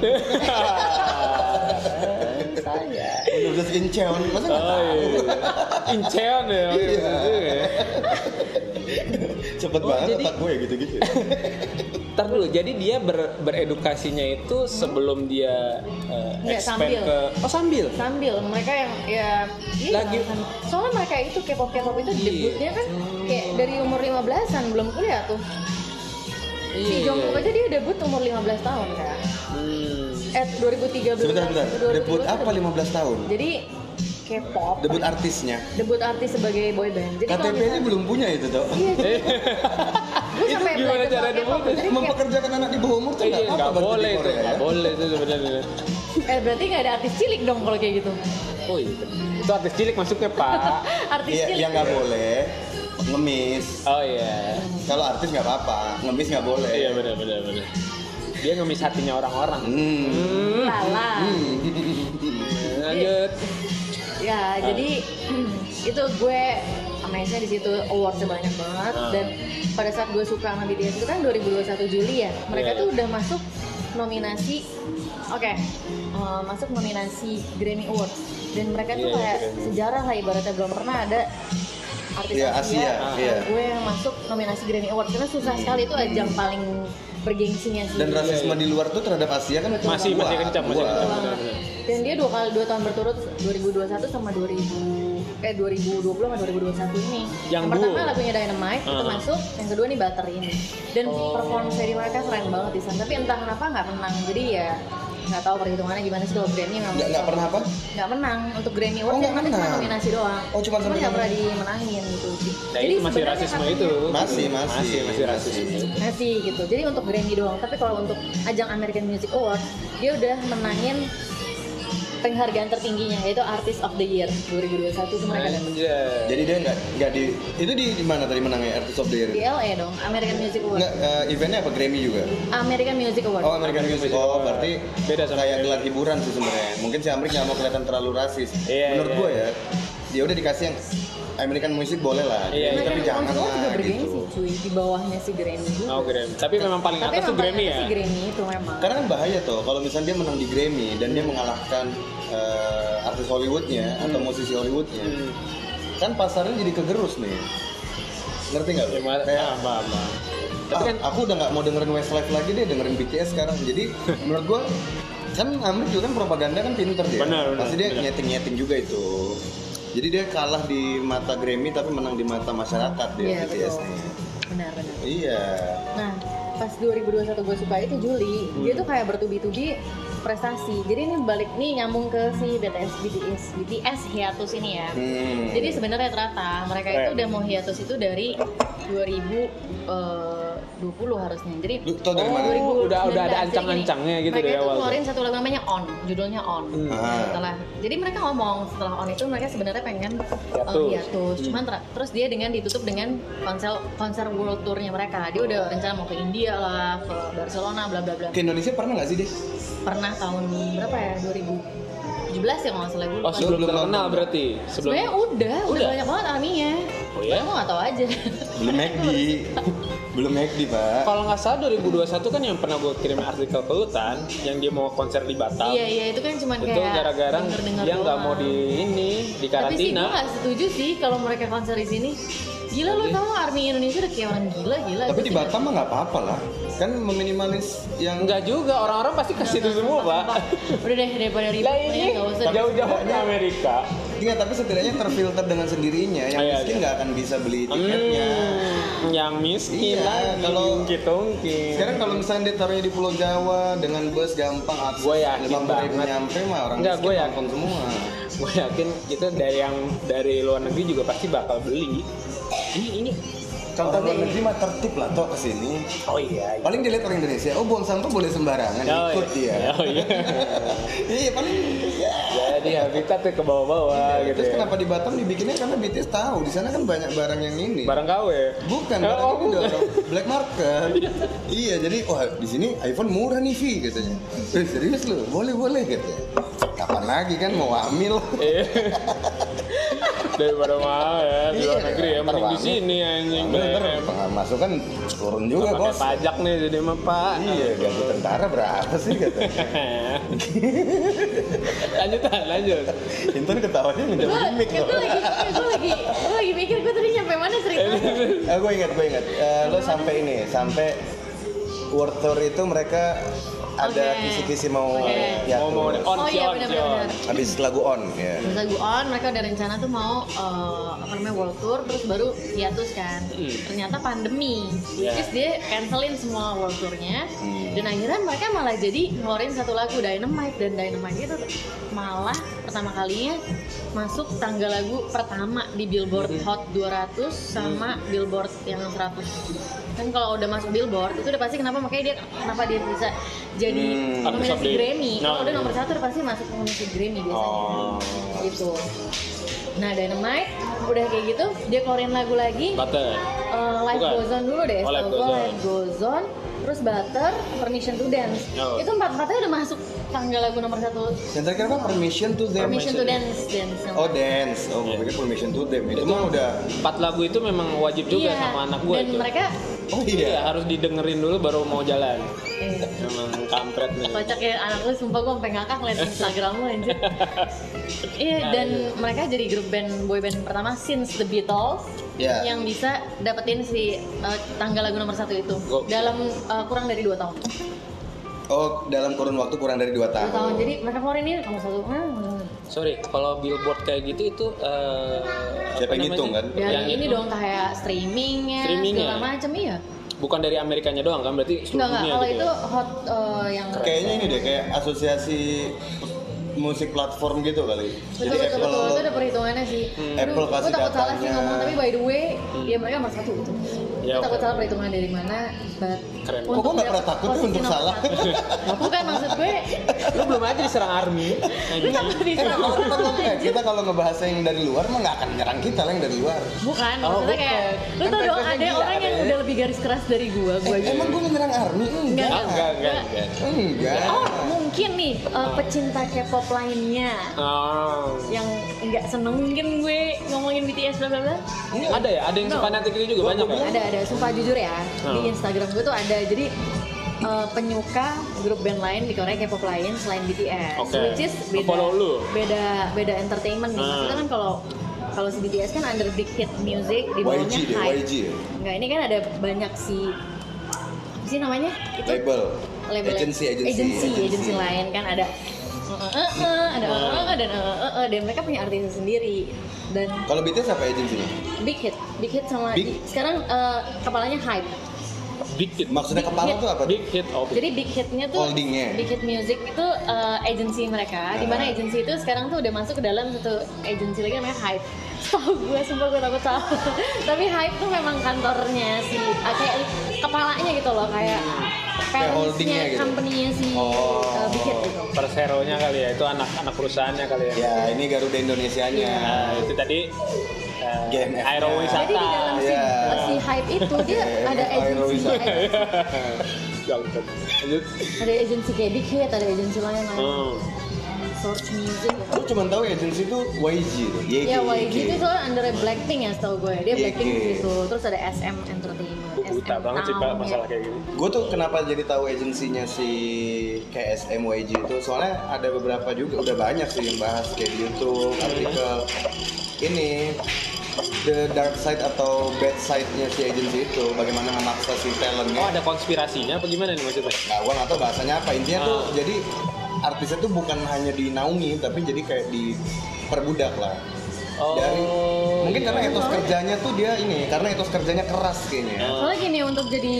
saya. Universitas Incheon, masa nggak tahu? Incheon ya. Cepet Oh, banget jadi- otak gue gitu-gitu. Ntar dulu, jadi dia beredukasinya itu sebelum dia Nggak, expand sambil. ke sambil. Sambil mereka yang ya iya, Lagi- kan. Soalnya mereka itu K-pop itu debutnya kan kayak dari umur 15-an belum kuliah tuh. Si Jungkook aja dia debut umur 15 tahun kan. 2013. Sebentar. 2012 Debut apa 15 tahun? Jadi K-pop Debut artisnya. debut artis sebagai boy band. Jadi kalau KTP-nya misalnya belum punya itu tuh. iya, jadi gue sampai gimana belajar cara soal K-pop. debut? Jadi kayak, Mempekerjakan anak di bawah umur tuh Iya, nggak nggak apa-apa berarti boleh di itu, Korea, nggak ya. boleh itu sebenarnya. berarti nggak ada artis cilik dong kalau kayak gitu. Oh iya, itu artis cilik masuknya Pak. Artis Iya, cilik. yang nggak boleh. ngemis. Oh iya. Kalau artis nggak apa-apa, ngemis nggak boleh. Iya benar. Dia ngemis hatinya orang-orang. Lala. Lanjut. Ya, jadi itu gue amazed di situ, awardsnya banyak banget. Dan pada saat gue suka sama BTS itu kan 2021 Juli ya, mereka tuh udah masuk nominasi, masuk nominasi Grammy Awards. Dan mereka tuh kayak sejarah lah, ibaratnya belum pernah ada artis Asia gue yang masuk nominasi Grammy Awards, karena susah sekali, itu ajang paling bergengsinya sih. Dan rasisme di luar tuh terhadap Asia kan masih kencang. Dan dia 2 tahun berturut, 2021 sama 2020 sama 2021 ini. Yang pertama lagunya Dynamite itu masuk, yang kedua nih Butter ini. Dan performance dari mereka keren banget di sana. Tapi entah kenapa nggak menang. Jadi ya nggak tahu perhitungannya gimana sih kalau Grammy memang. Nggak pernah apa? Nggak menang untuk Grammy Awards, tapi cuma nominasi doang. Cuma nggak pernah dimenangin gitu. Nah, jadi itu masih rasisme itu. Masih rasisme. Masih gitu. Jadi untuk Grammy doang. Tapi kalau untuk ajang American Music Awards, dia udah menangin penghargaan tertingginya, yaitu Artist of the Year 2021 itu mereka dapat. Jadi dia nggak di mana tadi menangnya Artist of the Year? Di LA dong, American Music Awards. Eventnya apa, Grammy juga? American Music Awards. Oh, American Music. Berarti beda sama kayak gelar hiburan sih sebenarnya. Mungkin si Amrik nggak mau kelihatan terlalu rasis. Menurut gue ya, dia udah dikasih yang American Music boleh lah. Tapi jangan lah juga bergengsi, gitu. Cuy, di bawahnya si Grammy juga. Oh, Grammy. Tapi memang paling atas tuh Grammy ya. Si Grammy itu memang. Karena kan bahaya tuh kalau misalnya dia menang di Grammy dan dia mengalahkan artis Hollywoodnya atau musisi Hollywoodnya, kan pasarnya jadi kegerus nih. Ngerti nggak? Kayak tapi kan aku udah nggak mau dengerin Westlife lagi deh, dengerin BTS sekarang. Jadi menurut gua kan Amrik juga kan propaganda kan pinter dia. Pasti dia nyeting juga itu. Jadi dia kalah di mata Grammy tapi menang di mata masyarakat dia BTS-nya. Benar. Iya. Nah, pas 2021 gue suka itu Juli, dia tuh kayak bertubi-tubi prestasi. Jadi ini balik nih nyambung ke si BTS hiatus ini ya. Jadi sebenarnya ternyata mereka itu udah mau hiatus itu dari 2020 harusnya. Jadi dari mana? Udah ada ancang-ancangnya gitu mereka dari awal. Mereka keluarin satu lagu namanya On, judulnya On. Jadi mereka ngomong setelah On itu mereka sebenarnya pengen hiatus. Cuman terus dia ditutup dengan konser world tournya mereka. Dia udah rencana mau ke India lah, ke Barcelona, bla bla bla. Ke Indonesia pernah nggak sih dia? Pernah tahun berapa ya? 2017 ya kalau nggak salah gue. Oh, sebelum terkenal berarti. Sebenarnya udah banyak banget arminya. Oh ya? Aku nggak tahu aja. Belum McD Pak. Kalau nggak salah 2021 kan yang pernah gue kirim artikel ke Lutan, yang dia mau konser di Batam. Iya itu kan cuma kayak. Itu gara-gara dia nggak mau di karantina. Tapi sih gue nggak setuju sih kalau mereka konser di sini. Gila lu tau Army Indonesia udah kayak orang gila. Tapi di Batam mah nggak apa-apa lah. Kan meminimalis yang enggak juga, orang-orang pasti ke situ semua, Pak. Udah deh daripada ribet ini enggak usah jauh-jauh ke Amerika. Iya, tapi setidaknya terfilter dengan sendirinya. Yang miskin nggak akan bisa beli tiketnya. Yang miskin lagi. Kalau ungkit. Sekarang kalau misalnya dia taruhnya di Pulau Jawa dengan bus gampang, gue yakin banget nyampe mah orang miskin gue yakin semua. Gue yakin itu dari luar negeri juga pasti bakal beli. Ini kalau luar negeri mah tertib lah toh kesini. Oh iya. Paling dilihat orang Indonesia, buang sampah boleh sembarangan, ikut dia. Oh iya. Iya paling. Jadi habitatnya ke bawah-bawah gitu. Terus kenapa di Batam dibikinnya karena BTS tahu di sana kan banyak barang yang ini. Barang KW. Bukan, barang ini dong. Black market. Iya, jadi di sini iPhone murah nih Vi katanya. Serius lu? Boleh katanya. Kapan lagi kan mau hamil? Daripada mahal ya di luar negeri ya, mending di sini anjing. Masuk kan turun juga bos. Pajak nih jadi mah Pak. Iya, gaji tentara berapa sih katanya? Lanjut. Intan ketawanya menjadi gimmick loh. Gue lagi mikir gue tadi nyampe mana ceritanya. Gue ingat. Lo sampai World Tour itu mereka ada kisi-kisi mau on. Benar. Habis lagu On ya. Habis lagu On mereka ada rencana tuh mau world tour terus baru hiatus kan. Ternyata pandemi. Terus dia cancelin semua world tournya. Dan akhirnya mereka malah jadi ngeluarin satu lagu Dynamite, dan Dynamite itu malah pertama kalinya masuk tangga lagu pertama di Billboard Hot 200 sama Billboard yang 100. Kan kalau udah masuk Billboard itu udah pasti kenapa dia bisa jadi nominasi Grammy. Kalau udah nomor 1 udah pasti masuk nominasi Grammy biasanya. Gitu. Nah Dynamite udah kayak gitu dia keluarin lagu lagi. Butter. Life Bukan. Goes On dulu deh, Oh, Life setahu Goes gue On. Life Goes On, terus Butter, Permission to Dance. Oh. Itu empat-empatnya udah masuk tanggal lagu nomor 1. Yang terakhir apa? Permission to them. Permission to Dance. Oh dance. Oh gue pikir permission to them. Itu mah udah. 4 lagu itu memang wajib juga Iya, sama anak gue dan itu. mereka Oh Iya, iya. harus didengerin dulu baru mau jalan. iya. Memang kampret nih. Kocak ya anak lu, sumpah gue sampai ngakak liat Instagram lu anjir. Iya, dan mereka jadi grup band boy band pertama since The Beatles Iya. yang bisa dapetin si tanggal lagu nomor 1 itu Gokil. dalam kurang dari 2 tahun. Oh dalam kurun waktu kurang dari 2 2 tahun. tahun. Jadi mereka keluarin ini nomor 1. Sorry, kalau billboard kayak gitu itu Siapa yang ngitung kan? Dan Yang ini itu. dong kayak streamingnya, Streamingnya. segala macam iya. Bukan dari Amerikanya doang kan, berarti seluruh Enggak, dunia kalau gitu itu ya? hot yang Kayaknya ini deh kayak asosiasi musik platform gitu kali. betul, Jadi betul, betul, itu ada perhitungannya sih. Apple Gue kasih takut salah sih datanya. ngomong, tapi by the way, ya mereka nomor 1 gitu. Ya, Gue takut oke. salah perhitungan dari mana, but Keren. Kok gue nggak pernah takut tuh untuk salah? Bukan maksud gue, Lu belum aja diserang army. lu takut diserang Kalau kita, orang. kita kalau ngebahas yang dari luar mah nggak akan nyerang kita lah yang dari luar. Bukan, Oh, maksudnya kayak bukan. lu Kan tau dong preferensinya ada gila, orang yang ada. udah lebih garis keras dari gue aja. Emang gue menyerang army? Enggak. Enggak. Enggak. Oh, mungkin nih pecinta K-pop lainnya Oh. yang nggak seneng mungkin gue ngomongin BTS bla bla bla. Ada ya? Ada yang No. fanatik itu juga banyak ya? Ada, sumpah jujur ya. Di Oh. Instagram gue tuh ada. Jadi penyuka grup band lain di Korea K-pop lain selain BTS. Oke. Which is beda. Follow lu. Beda entertainment nih. Maksudnya kan kalau si BTS kan under Big Hit Music di bawahnya YG deh, Hype. YG ya? Enggak, ini kan ada banyak apa sih namanya? Itu Label. label agency lain kan ada dan mereka punya artis sendiri. Dan Kalau BTS apa agensinya? Big Hit sama Big? sekarang kepalanya Hype. Big hit. Maksudnya Big kepala hit. tuh apa? Big hit. Oh, Jadi Big Hit-nya tuh Holdingnya. Big Hit Music itu agensi mereka, di mana agensi itu sekarang tuh udah masuk ke dalam satu agensi lagi namanya Hype. Tahu gue, sumpah gue takut salah. Tapi Hype tuh memang kantornya si kayak kepalanya gitu loh, kayak holdingnya parentsnya gitu. company-nya si Big Hit gitu. Persero-nya kali ya, itu anak perusahaannya kali ya. Ya ini Garuda Indonesianya. Nah, itu tadi GMF-nya. aerowisata. Jadi di dalam Iya. si Hype itu dia ada Aerowisata. Gangster. Lanjut. ada agensi kayak Big Hit, ada agensi lain Source Music. Gue cuma tahu agensi itu YG tuh. Ya YG itu soalnya under Blackpink ya setahu gue. Dia Blackpink YG. gitu. Terus ada SM Entertainment. Gue buta SM banget sih Town, Pak, ya. masalah kayak gini. Gue tuh kenapa jadi tahu agensinya si KSM YG itu soalnya ada beberapa juga udah banyak sih yang bahas kayak di YouTube artikel ini the dark side atau bad side-nya si agensi itu bagaimana memaksa si Oh, talentnya. ada konspirasinya apa gimana nih maksudnya? Nah, gue nggak tahu bahasanya apa. Intinya tuh jadi artisnya tuh bukan hanya dinaungi tapi jadi kayak diperbudak lah. Oh. Dari mungkin karena etos kerjanya tuh dia ini karena etos kerjanya keras kayaknya. Soalnya gini untuk jadi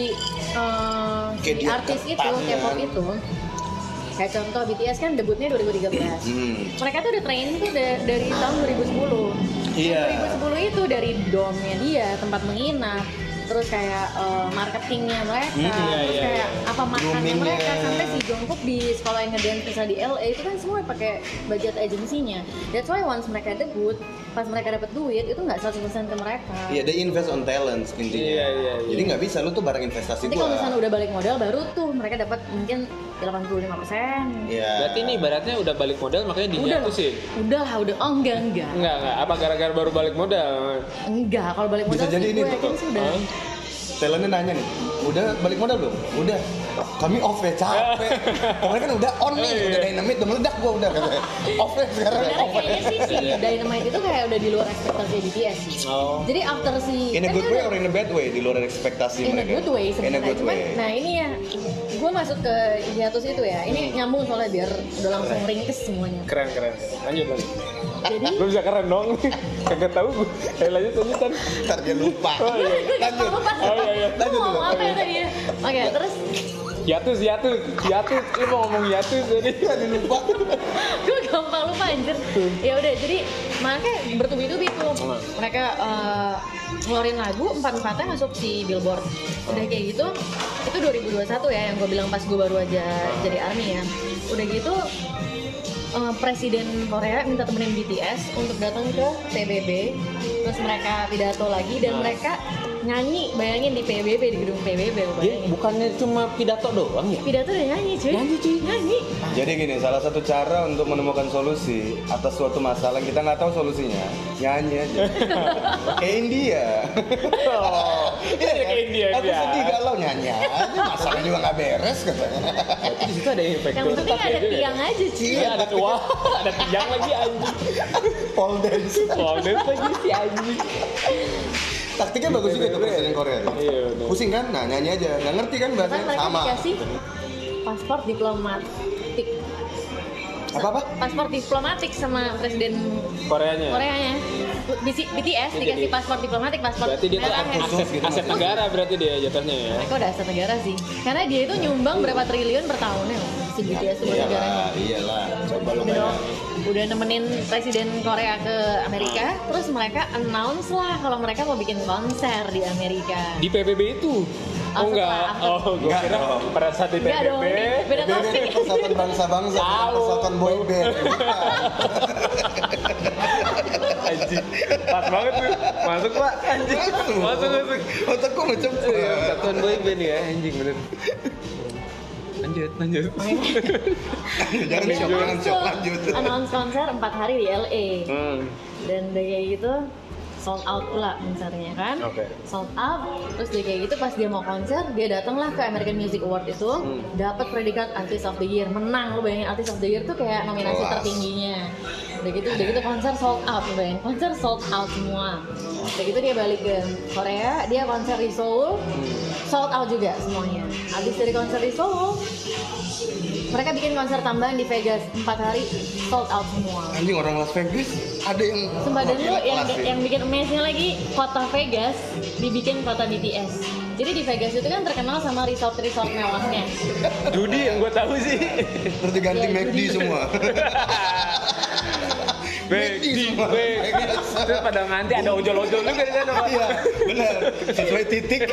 Kayak si dia artis itu, ketat, K-pop kan? itu. Kayak contoh BTS kan debutnya 2013. Mereka tuh udah training tuh dari tahun 2010. Iya. 2010 itu dari domnya dia, tempat menginap, terus kayak marketingnya mereka, Iya, terus iya, kayak iya. apa makannya Groomingnya. mereka, sampai si Jungkook di sekolah yang ngedance bisa di LA itu kan semua pakai budget agensinya. That's why once mereka debut, pas mereka dapat duit itu nggak 100% ke mereka. Iya, they invest on talents intinya. Iya. Jadi nggak bisa lu tuh barang investasi Nanti kalau misalnya gua. udah balik modal baru tuh mereka dapat mungkin 85%. Iya. Berarti ini ibaratnya udah balik modal makanya Udah dihiatus sih. Udah lah, udah. Oh enggak. Enggak. Apa gara-gara baru balik modal? Enggak, kalau balik Bisa modal jadi sih ini gue tuh, yakin sih udah. Hah? Talentnya nanya nih, udah balik modal belum? Udah. Kami off ya, capek. Kemarin kan udah on nih, udah dynamite, udah meledak gua udah katanya. Off ya sekarang, Sebenarnya off ya. kayaknya sih si Dynamite itu kayak udah di luar ekspektasi BTS sih. Oh. Jadi after si In a kan good dia way udah- or in a bad way di luar ekspektasi in a mereka. good way In a sebenarnya. good Cuman, way. nah ini ya, gue masuk ke hiatus itu ya. Ini nyambung soalnya biar udah langsung ringkes semuanya. Keren. Lanjut. Jadi Lu bisa keren dong. Kagak tahu gue. Lanjutan. Ntar dia lupa. Oh, iya. gue gampang lupa. Oh, iya. Lu Lanjut mau dulu. ngomong apa ya tadi ya? Oke, terus Hiatus. Lu mau ngomong hiatus jadi Tadi lupa. gue gampang lupa anjir. Ya udah, jadi mereka bertubi-tubi tuh. Mereka ngeluarin lagu empat-empatnya masuk si Billboard. Udah kayak gitu, itu 2021 ya yang gue bilang pas gue baru aja jadi ARMY ya. Udah gitu Presiden Korea minta temenin BTS untuk datang ke PBB, ke terus mereka pidato lagi dan mereka nyanyi, bayangin di PBB, di gedung PBB, bayangin. Bukannya cuma pidato doang ya? Pidato udah nyanyi cuy. Nyanyi. Jadi gini, salah satu cara untuk menemukan solusi atas suatu masalah yang kita nggak tahu solusinya, nyanyi aja. Kayak India. Iya kayak India. Aku sedih galau, nyanyi aja, masalah juga nggak beres katanya. Berarti di situ ada efek. Yang penting ada tiang aja cuy. Iya ada ada tiang lagi anjing. Pole dance. Lagi si anjing. Taktiknya bagus juga tuh presiden Korea tuh. Iya, bener. Pusing kan? Nah, nyanyi aja. Nggak ngerti kan Kan bahasanya mereka sama. dikasih paspor diplomatik. Apa? Paspor diplomatik sama presiden Koreanya. BTS dikasih paspor diplomatik, paspor Berarti dia tuh merah. aset negara berarti dia jatuhnya ya. Mereka udah aset negara sih. Karena dia itu nyumbang berapa triliun per tahunnya si BTS itu buat negaranya. Iyalah. Coba lu Udah nemenin presiden Korea ke Amerika, terus mereka announce lah kalau mereka mau bikin konser di Amerika. Di PBB itu? Oh enggak. Oh, gue kira pada saat di Enggak dong, PBB. ini beda Beda topik. nih persatuan bangsa-bangsa, Tahu. persatuan boyband. Anjing. Pas banget tuh. Masuk, Pak. Anjing. Masuk. Otakku macam Iya, satuan boyband ya, anjing bener. Lanjut. Jangan shock, lanjut. Announce konser 4 hari di LA. Hmm. Dan udah kayak gitu sold out pula konsernya kan. Oke. Sold out, terus dia kayak gitu pas dia mau konser, dia datanglah ke American Music Award itu, dapat predikat Artist of the Year, menang. Lu bayangin Artist of the Year tuh kayak nominasi tertingginya. Udah gitu konser sold out, lu bayangin. Konser sold out semua. Udah gitu dia balik ke Korea, dia konser di Seoul, sold out juga semuanya. Habis dari konser di Seoul, mereka bikin konser tambahan di Vegas 4 hari, sold out semua. Anjing, orang Las Vegas ada yang Sembadan lu kelas ya. yang bikin amaze-nya lagi, kota Vegas dibikin kota BTS. Jadi di Vegas itu kan terkenal sama resort mewahnya. Judi yang gue tahu sih. Terus diganti Iya, McD semua. McD. Terus pada nanti ada ojol-ojol juga di sana, Pak. Iya, benar. Sesuai titik.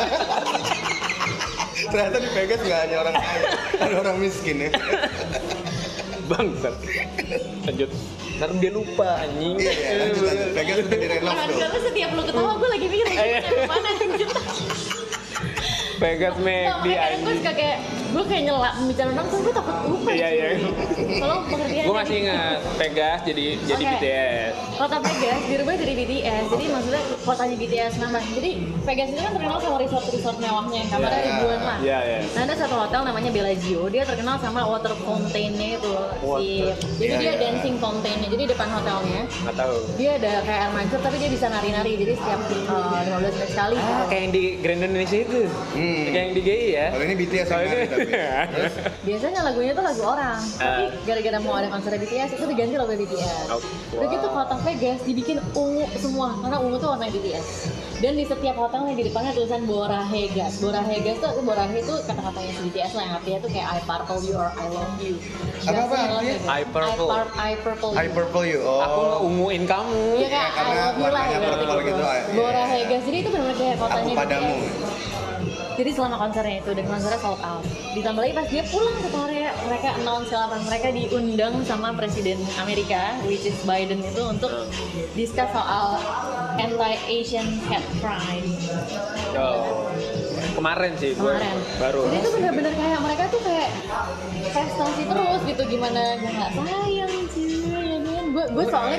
Ternyata di Vegas nggak hanya orang kaya, ada orang miskin ya. Bangsat. Lanjut. Ntar dia lupa anjing. Iya, lanjut. Vegas udah direnov tuh. Karena setiap lu ketawa gue lagi mikir mana anjir. Vegas McD Gue anjing. suka kayak gue kayak nyelak bicara orang, tapi gue takut lupa. Iya. Kalau pengertiannya. Gue masih ingat Vegas jadi Oke. BTS. Kota Vegas dirubah jadi BTS, jadi maksudnya kotanya BTS nama. Jadi Vegas itu kan terkenal sama resort mewahnya, yang kamarnya Iya. ribuan lah. Iya. Nah ada satu hotel namanya Bellagio, dia terkenal sama water fountain-nya itu. Jadi dia dancing fountain-nya, jadi depan hotelnya. Nggak tahu. Dia ada kayak air mancur, tapi dia bisa nari-nari, jadi setiap 15 menit sekali gitu. Kayak yang di Grand Indonesia itu. Kayak yang di GI ya. Kalau ini BTS Kalau yang ini. nari tapi. Biasanya lagunya tuh lagu orang, tapi gara-gara mau ada konser BTS itu diganti lagu BTS. Udah gitu kota Vegas dibikin ungu semua, karena ungu tuh warna BTS. Dan di setiap hotelnya di depannya tulisan Borahegas. Borahegas tuh Borahe itu kata-katanya si BTS lah, yang artinya tuh kayak I purple you or I love you. Apa artinya? I purple. I purple you. High purple you. Aku Oh. unguin kamu. Iya kayak I karena love you lah warnanya berarti purple gitu, iya. Borahegas, jadi itu benar-benar kayak Aku kotanya padamu. BTS. Jadi selama konsernya itu, dan konsernya sold out. Ditambah lagi pas dia pulang ke Korea, mereka announce kalau mereka diundang sama Presiden Amerika, which is Biden itu, untuk discuss soal anti-Asian hate crime Oh. Kemarin sih. kemarin. Baru. Jadi itu benar-benar kayak mereka tuh kayak prestasi terus gitu, gimana nggak sayang sih, ya kan? Gue soalnya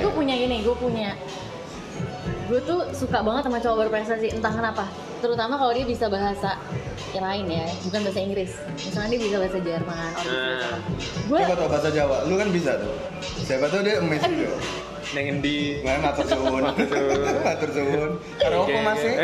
gue tuh suka banget sama cowok berprestasi, entah kenapa. Terutama kalau dia bisa bahasa yang lain ya, bukan bahasa Inggris. Misalnya dia bisa bahasa Jerman, gue Coba tau bahasa Jawa, lu kan bisa tuh. Siapa tuh dia emes juga. Nengen di. Nggak matur suwun. Matur suwun. Karaoke masih.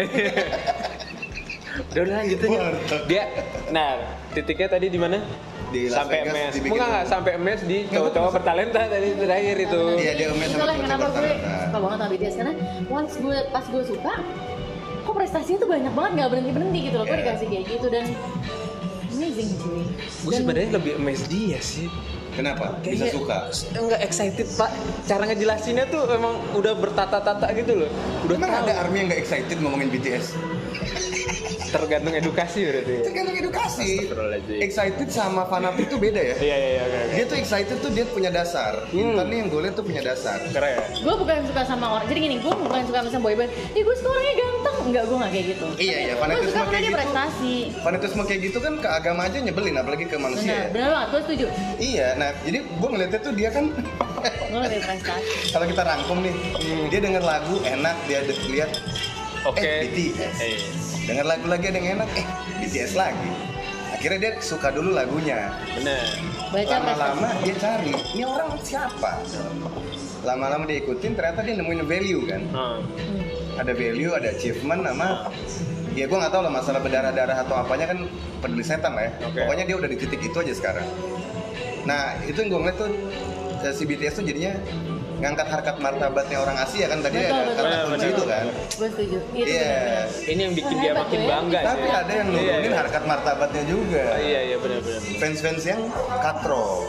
Udah lanjut aja. Dia, nah titiknya tadi di mana? Di Las sampai Vegas mes. dibikin Enggak sampai mes di cowok-cowok bertalenta tadi terakhir itu. Iya, dia emes sama itulah yang kenapa gue bertalenta. suka banget sama BTS, karena pas gue suka, kok prestasinya tuh banyak banget, nggak berhenti gitu loh. Gue dikasih kayak gitu dan amazing cuy. Gue sebenarnya lebih emes dia sih. Kenapa? Bisa Kayaknya suka. Enggak excited pak. Cara ngejelasinnya tuh emang udah bertata-tata gitu loh. Udah Emang tahu. ada ARMY yang nggak excited ngomongin BTS? Tergantung edukasi berarti. Tergantung edukasi. Astagfirullahaladzim. Excited sama fanatik tuh beda ya. Iya, oke. Dia tuh excited tuh dia punya dasar. Intan nih yang gue liat tuh punya dasar. Keren. Gue bukan suka sama orang, jadi gini, gue bukan suka sama boyband. Gue suka orangnya ganteng, enggak, gue nggak kayak gitu. Iya, gue fanatisme suka karena kayak dia gitu. prestasi. Fanatisme kayak gitu kan ke agama aja nyebelin, apalagi ke manusia. Benar banget, gue setuju. Iya, nah jadi gue ngeliatnya tuh dia kan Gue lebih prestasi. kalau kita rangkum nih, dia denger lagu enak, dia lihat Oke. BTS. Denger lagu lagi ada yang enak, BTS lagi. Akhirnya dia suka dulu lagunya. Bener. Baca Lama-lama dia cari, ini orang siapa? Lama-lama dia ikutin, ternyata dia nemuin value kan. Ada value, ada achievement sama ya gue nggak tahu lah masalah berdarah-darah atau apanya kan peduli setan lah ya. Oke. Pokoknya dia udah di titik itu aja sekarang. Nah itu yang gue ngeliat tuh si BTS tuh jadinya ngangkat harkat martabatnya orang Asia kan tadi Betul, ada betul. kata kunci itu kan. Gue setuju. Itu Iya. benar-benar. Ini yang bikin dia makin bangga Tapi sih. ada yang nurunin harkat martabatnya juga. Iya, benar. Fans-fans yang katro.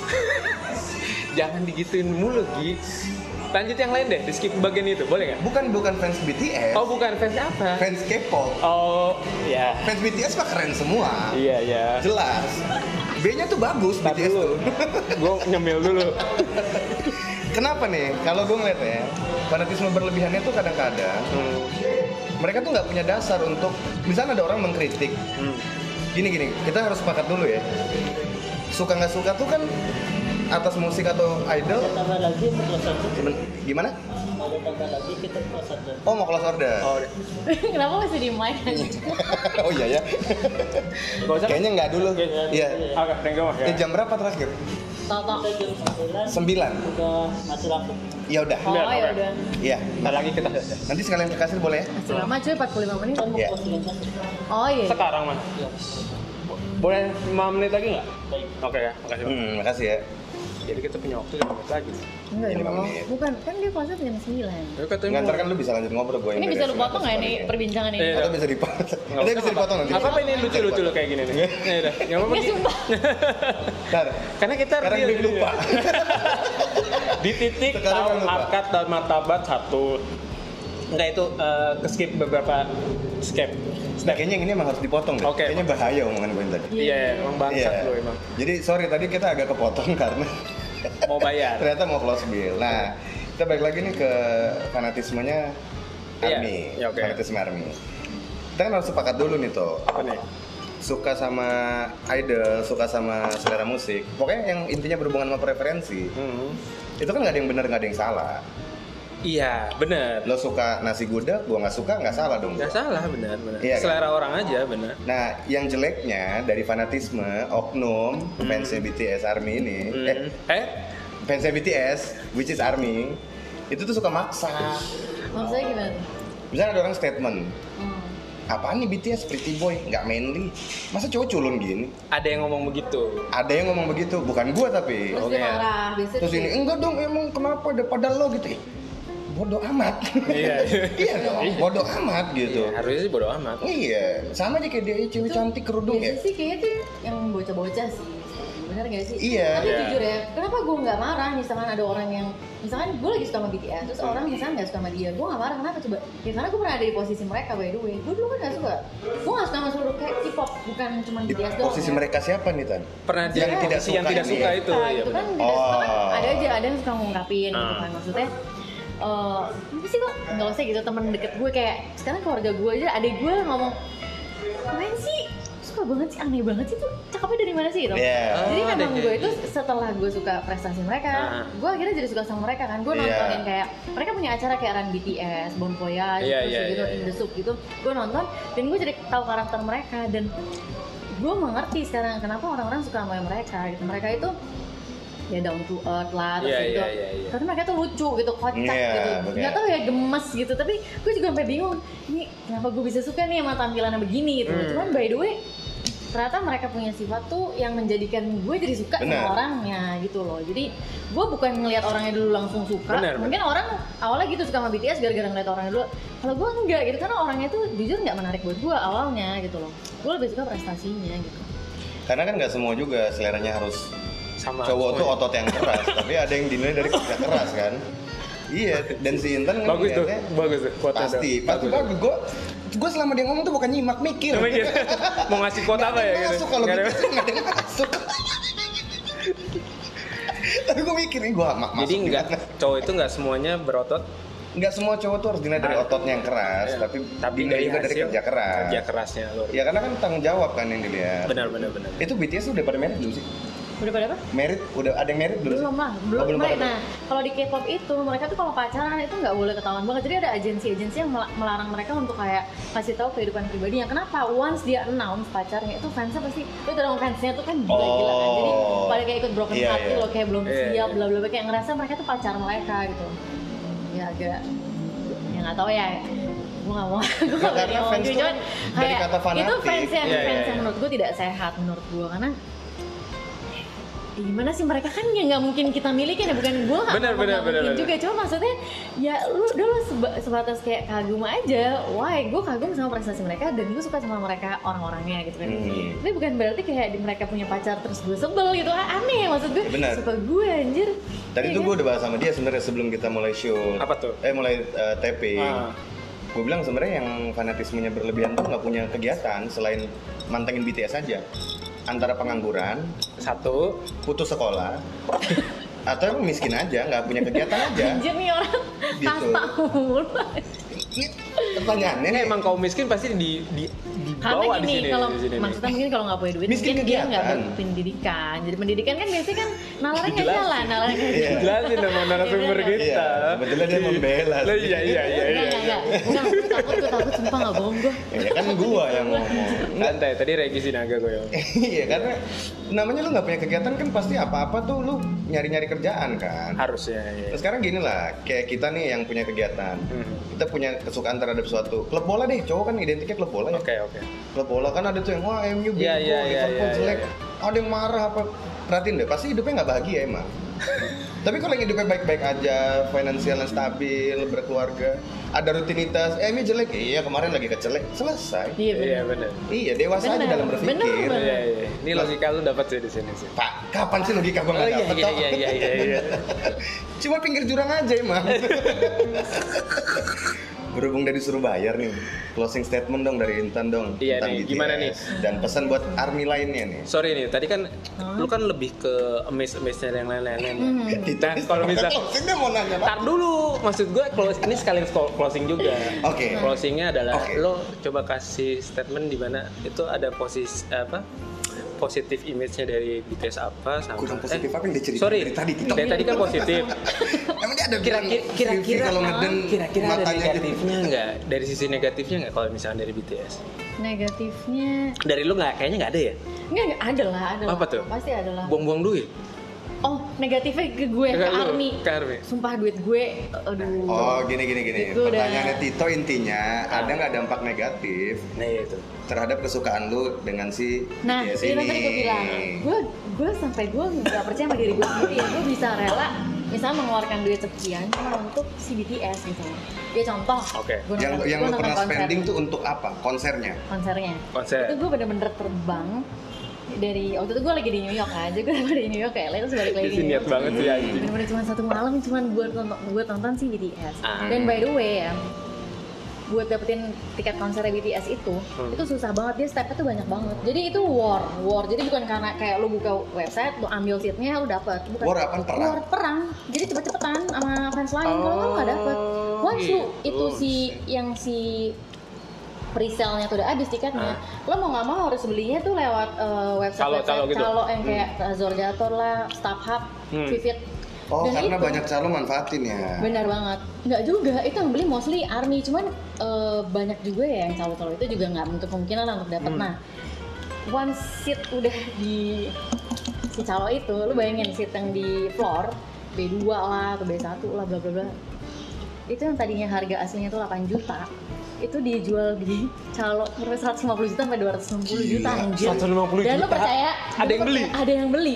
Jangan digituin mulu, Gi. Lanjut yang lain deh, di skip bagian itu, boleh nggak? Bukan fans BTS. Oh, bukan fans apa? Fans K-pop. Oh, ya. Fans BTS mah keren semua. Iya. Jelas. B-nya tuh bagus Tar BTS dulu. tuh. Gue nyemil dulu. Kenapa nih? Kalau gue ngeliatnya, fanatisme berlebihannya tuh kadang-kadang mereka tuh nggak punya dasar untuk, misalnya ada orang mengkritik. Gini, kita harus sepakat dulu ya. Suka nggak suka tuh kan atas musik atau idol. Tambah lagi untuk close order. Gimana? Ada tambah lagi kita close order. Oh mau close order. Oh, Kenapa masih di mic aja? Oh iya ya. gak usah. Kayaknya nggak dulu. Iya. Oke, thank you, Mas. Ya. Jam berapa terakhir? Toto. Kita jam 9 9. udah masuk lampu. Ya udah. Oh Oke. ya udah. Iya. Bentar lagi kita Nanti sekalian ke kasir boleh ya? Masih lama cuy, 45 menit. Kan mau Iya. close 19. Oh iya. sekarang, Mas. Boleh 5 menit lagi nggak? Baik. Oke ya, makasih, Mas. Makasih ya. Jadi kita punya waktu 5 menit lagi. Enggak Ini dong. 5 menit. Bukan, kan dia kelasnya jam 9. Tapi katanya Ngantar kan lu bisa lanjut ngobrol gue. Ini bisa lu potong nggak nih perbincangan ini? Iya. Atau bisa dipotong. Nggak Nanti usah, bisa dipotong nanti. Apa ini lucu-lucu lo kayak gini nih? Ya udah, nggak apa-apa. Nggak, Gi. sumpah. Ntar. Karena kita Sekarang real dia gitu lupa. ya. Di titik Sekarang tahu dia lupa. harkat dan martabat satu. Enggak itu ke-skip beberapa skip. Nah, kayaknya yang ini emang harus dipotong deh. Oke. Kayaknya bahaya omongan gue tadi. Iya, emang bangsat Iya. lo emang. Jadi sorry tadi kita agak kepotong karena Mau bayar. ternyata mau close bill. Nah, kita balik lagi nih ke fanatismenya Iya, ARMY. ya, oke. Fanatisme ARMY. Kita kan harus sepakat dulu nih toh. Apa nih? Suka sama idol, suka sama selera musik. Pokoknya yang intinya berhubungan sama preferensi. Itu kan nggak ada yang benar, nggak ada yang salah. Iya, benar. Lo suka nasi gudeg, gua nggak suka, nggak salah dong. Nggak salah, benar. Iya, kan? Selera orang aja, benar. Nah, yang jeleknya dari fanatisme oknum fansnya BTS ARMY ini, fansnya BTS, which is ARMY, itu tuh suka maksa. Maksudnya gimana tuh? Misalnya ada orang statement, Hmm. apaan nih BTS pretty boy, nggak manly, masa cowok culun gini? Ada yang ngomong begitu. Ada yang ngomong begitu, bukan gua tapi. Terus Oke. dia marah, biasanya Terus ini, enggak dong emang kenapa daripada lo gitu. Bodoh amat. Iya. Iya dong, bodoh amat gitu. Iya, harusnya sih bodo amat. Iya, sama aja kayak dia cewek cantik kerudung ya. biasanya sih kayaknya tuh yang bocah-bocah sih. Bener gak sih? Iya. Tapi Iya. jujur ya, kenapa gue nggak marah misalkan ada orang yang misalkan gue lagi suka sama BTS, terus orang misalkan nggak suka sama dia, gue nggak marah, kenapa coba? Ya karena gue pernah ada di posisi mereka by the way. Gue dulu kan nggak suka. Gue nggak suka sama seluruh kayak K-pop, bukan cuma BTS doang. Posisi ya. mereka siapa nih Tan? Pernah Yang tidak suka yang tidak ini suka ya? itu, Nah, iya itu kan benar. tidak suka kan Oh. ada aja, ada yang suka ngungkapin gitu kan, maksudnya apa sih kok nggak usah gitu, temen deket gue kayak sekarang keluarga gue aja, adik gue ngomong keren sih, suka banget sih, aneh banget sih tuh, cakepnya dari mana sih gitu. Iya. Jadi Oh, memang ada gue kayak itu setelah gue suka prestasi mereka, gue akhirnya jadi suka sama mereka kan. Gue Iya. nontonin kayak mereka punya acara kayak Run BTS, Bon Voyage, Iya, terus iya, gitu, iya, In The Soup gitu. Gue nonton dan gue jadi tahu karakter mereka dan gue mengerti sekarang kenapa orang-orang suka sama mereka gitu. Mereka itu ya down to earth lah, terus Iya, gitu. iya, iya, iya. Karena mereka tuh lucu gitu, kocak Iya, gitu. bener. Nggak tahu ya gemes gitu, tapi gue juga sampai bingung. Ini kenapa gue bisa suka nih sama tampilannya begini gitu. Cuman by the way, ternyata mereka punya sifat tuh yang menjadikan gue jadi suka Bener. sama orangnya gitu loh. Jadi gue bukan ngelihat orangnya dulu langsung suka. Bener, Mungkin orang awalnya gitu suka sama BTS gara-gara ngeliat orangnya dulu. Kalau gue enggak gitu, karena orangnya tuh jujur nggak menarik buat gue awalnya gitu loh. Gue lebih suka prestasinya gitu. Karena kan nggak semua juga seleranya harus Sama cowok tuh semuanya. otot yang keras, tapi ada yang dinilai dari kerja keras kan. Iya, dan si Intan kan Bagus tuh, ngeliatnya bagus tuh. quote-nya pasti, tuh. pasti bagus. Gue gue selama dia ngomong tuh bukan nyimak, mikir. Mau ngasih quote apa ya? Masuk kalau Nggak ada- BTS nggak ada yang masuk. Tapi gue mikir nih gue masuk. Jadi nggak, cowok itu nggak semuanya berotot, Nggak semua cowok tuh harus dinilai dari ototnya yang keras, Iya. tapi dinilai juga dari hasil kerja keras. Kerja kerasnya luar biasa. Ya karena kan tanggung jawab kan yang dilihat. Benar. Itu BTS udah pada merit belum sih? Udah pada apa? Merit, udah ada yang merit belum? Belum lah, Oh, belum. belum Mereka, pada. nah, kalau di K-pop itu mereka tuh kalau pacaran itu nggak boleh ketahuan banget. Jadi ada agensi-agensi yang melarang mereka untuk kayak kasih tahu kehidupan pribadinya. Kenapa? Once dia announce pacarnya itu fansnya pasti itu dong, fansnya tuh kan gila-gila kan. Jadi pada kayak ikut broken Iya, hati iya. loh, kayak belum Iya, siap, iya. bla bla bla, kayak ngerasa mereka tuh pacar mereka gitu. Ya agak, ya nggak tahu ya. Gue nggak mau, gue nggak karena mau fans tuh cuman dari kayak kata fanatik. itu fans yang Iya, fans iya. yang menurut gue tidak sehat menurut gue karena gimana sih mereka kan ya nggak mungkin kita milikin ya, bukan gue nggak mungkin juga, cuma maksudnya ya lu dulu sebatas kayak kagum aja, why gue kagum sama prestasi mereka dan gue suka sama mereka orang-orangnya gitu kan. Tapi bukan berarti kayak mereka punya pacar terus gue sebel gitu, aneh maksud gue. Benar. Suka gue anjir. Tadi Iya tuh kan? gue udah bahas sama dia sebenarnya sebelum kita mulai shoot. Apa tuh? Mulai taping. Ah. Gue bilang sebenarnya yang fanatismenya berlebihan tuh nggak punya kegiatan selain mantengin BTS aja. Antara pengangguran, Satu, putus sekolah, atau emang miskin aja, nggak punya kegiatan aja. Anjir nih orang Gitu. kasta mulu. Ini pertanyaannya ini nih, emang kaum miskin pasti dibawa Karena di gini, sini. kalau di sini nih. maksudnya mungkin kalau nggak punya duit, Miskin mungkin dia nggak kegiatan. berpendidikan. Jadi pendidikan kan biasanya kan nalarnya nggak Dijelasin. jalan, nalarnya nggak Iya. jalan. Jelasin sama narasumber Iya, kita. iya, sebetulnya dia membela. Lah, iya. Enggak. Gue takut sumpah nggak bohong gue. Ya kan gua yang ngomong. Santai, tadi Regi Sinaga gue yang. Iya karena namanya lu nggak punya kegiatan kan pasti apa-apa tuh lu nyari-nyari kerjaan kan. Harusnya ya. Nah, sekarang gini lah, kayak kita nih yang punya kegiatan, kita punya kesukaan terhadap suatu klub bola deh, cowok kan identiknya klub bola ya. Oke. Klub bola kan ada tuh yang wah MU bego, Iya, iya, Liverpool iya, jelek, iya. ada yang marah apa, perhatiin deh, pasti hidupnya nggak bahagia emang. Tapi kalau yang hidupnya baik-baik aja, finansialnya stabil, berkeluarga, ada rutinitas, MU jelek, iya kemarin lagi kecelek, selesai. Iya benar. Benar. Iya dewasa aja Bener, dalam berpikir. bener. Iya. Ini logika lu dapat sih di sini sih. Pak, kapan sih logika gua Oh nggak iya dapet? Tok? iya. Cuma pinggir jurang aja emang. Berhubung dari disuruh bayar nih, closing statement dong dari Intan dong. Iya tentang nih, BTS. gimana nih? Dan pesan buat ARMY lainnya nih. Sorry nih, tadi kan lu kan lebih ke amaze-nya yang lain-lain. Dan kalau bisa Closing dia mau nanya Pak. tar dulu, maksud gue ini sekalian closing juga. Oke. Closingnya adalah Oke. lo coba kasih statement di mana itu ada posisi apa? Positif image-nya dari BTS apa sama Kurang positif apa yang dia cerita sorry, dari tadi, TikTok? dari tadi kan positif. Emang dia ada bilang, Kira-kira Vivi kalau ngeden kira-kira ada matanya negatifnya nggak? Dari sisi negatifnya nggak kalau misalnya dari BTS? Negatifnya Dari lu nggak? Kayaknya nggak ada ya? nggak ada lah. Apa tuh? Pasti ada lah. Buang-buang duit? Oh, negatifnya ke gue, ke lu, ARMY. ke ARMY. Sumpah duit gue, aduh. Oh gini. Itu udah- Pertanyaannya Tito intinya ada nggak dampak negatif Nah itu. terhadap kesukaan lu dengan si Nah, BTS itu ini? tadi gue bilang, gue sampai gue nggak percaya sama diri gue sendiri ya, gue bisa rela misalnya mengeluarkan duit sekian cuma untuk si BTS gitu. Ya contoh, Oke. gue Yang nonton, lu gue nonton pernah konser, spending tuh untuk apa? Konsernya? konsernya. Konser. Itu gue bener-bener terbang dari waktu itu gue lagi di New York aja, gue dari New York kayak terus balik lagi Di di sini New niat York. banget sih anjing. Bener-bener cuma satu malam cuma gue tonton si BTS. Ah. Dan by the way ya, buat dapetin tiket konser BTS itu susah banget, dia stepnya tuh banyak banget. Jadi itu war. Jadi bukan karena kayak lu buka website, lu ambil seatnya, lu dapet. Bukan. War apaan? Perang? War perang. Jadi cepet-cepetan sama fans lain. Kalau lu nggak dapet. Once lu itu si pre-sale-nya tuh udah habis tiketnya, lo mau nggak mau harus belinya tuh lewat website Calo gitu. yang kayak Zorgator lah, StubHub, Vivid. Oh Dan karena itu- banyak calo manfaatin ya. Benar banget. Nggak juga, itu yang beli mostly ARMY, cuman banyak juga ya yang calo-calo itu juga nggak untuk kemungkinan lah untuk dapat. Nah, once seat udah di si calo itu, lu bayangin seat yang di floor B2 lah atau B1 lah bla bla bla. Itu yang tadinya harga aslinya tuh 8 juta. Itu dijual di calo 150 juta sampai 260 juta anjir. 150 Dan lu juta? percaya? Ada yang beli? Ada yang beli.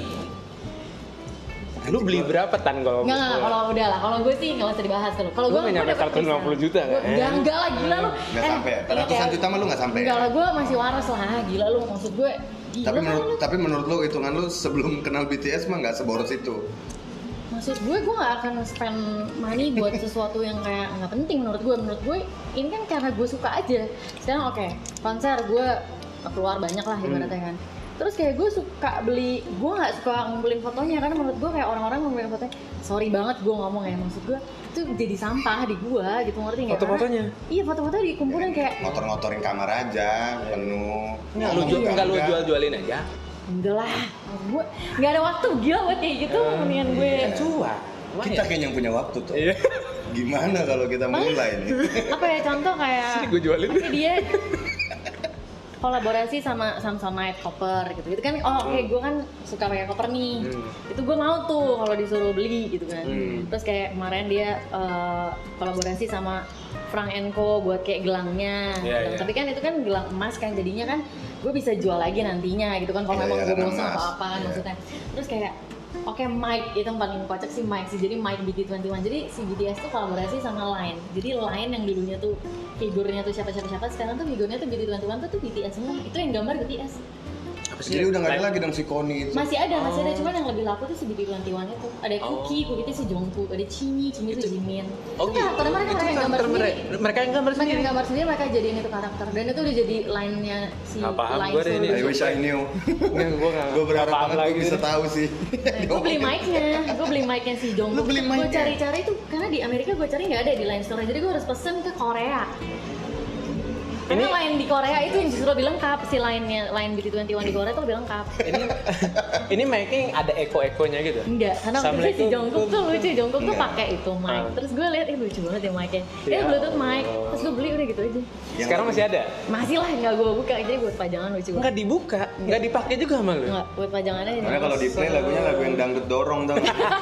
Lu beli berapa tan kalau? Enggak, kalau udah lah. Kalau gue sih nggak usah dibahas kalau. Kalau Lu gue nggak nyampe 150 juta kan? Enggak lah, gila lu. Nggak sampai ya? Ratusan juta mah lu nggak sampai ya? Enggak lah, gue masih waras lah. Gila lu, maksud gue. Gila Tapi kan lu. menurut lu hitungan lu sebelum kenal BTS mah nggak seboros itu. Maksud gue nggak akan spend money buat sesuatu yang kayak nggak penting menurut gue ini kan karena gue suka aja. Sekarang oke, konser gue keluar banyak lah ibaratnya kan. Terus kayak gue suka beli, gue nggak suka ngumpulin fotonya karena menurut gue kayak orang-orang ngumpulin fotonya, sorry banget gue ngomong ya, maksud gue itu jadi sampah di gue gitu, ngerti nggak? Foto-fotonya? Iya, foto-foto dikumpulin kayak ngotor-ngotorin kamar aja penuh. Nggak lu jual-jualin aja. enggak lah, gue nggak ada waktu gila buat kayak gitu, mendingan gue Cuan. Kita kayaknya yang punya waktu tuh. Gimana kalau kita mulai nih? apa ya, contoh kayak Sini gue jualin. pasti dia kolaborasi sama Samsonite koper gitu kan. Oke, gue kan suka pakai koper nih, itu gue mau tuh kalau disuruh beli gitu kan. Terus kayak kemarin dia kolaborasi sama Frank & Co buat kayak gelangnya gitu. Tapi kan itu kan gelang emas kan, jadinya kan gue bisa jual lagi nantinya gitu kan kalau memang gue bosan atau apa kan maksudnya. Terus kayak oke, Mike itu yang paling kocak sih, Mike sih. Jadi Mike BT21. Jadi si BTS tuh kolaborasi sama Line. Jadi Line yang dulunya tuh figurnya tuh siapa, sekarang tuh figurnya tuh BT21 tuh BTS semua. Itu yang gambar BTS. Jadi udah nggak ada lagi dong si Koni itu. Masih ada, cuman yang lebih laku tuh si BT21 itu. Ada Cookie, Cookie itu si Jungkook, ada Chini itu Jimin. Oh gitu. Karena mereka yang gambar sendiri. Mereka yang gambar sendiri. Mereka jadiin itu karakter. Dan itu udah jadi line-nya si Line. I wish I knew. Gue berharap banget gue bisa tahu sih. Gue beli mic-nya si Jungkook. Gue cari-cari tuh karena di Amerika gue cari nggak ada di Line Store. Jadi gue harus pesen ke Korea. Karena line di Korea itu yang justru lebih lengkap, si line BT21 di Korea tuh lebih lengkap. Ini mic-nya ada eko-ekonya gitu? Enggak, karena waktu si Jungkook tuh lucu, Jungkook tuh pakai itu mic. Terus gue lihat lucu banget ya mic-nya. Bluetooth mic. Terus gue beli udah gitu aja. Sekarang masih ada? Masih lah, enggak gue buka, jadi buat pajangan lucu banget. Enggak dibuka, enggak dipakai juga sama lu? Enggak, buat pajangannya aja. Karena kalau di play lagunya lagu yang dangdut dorong tau.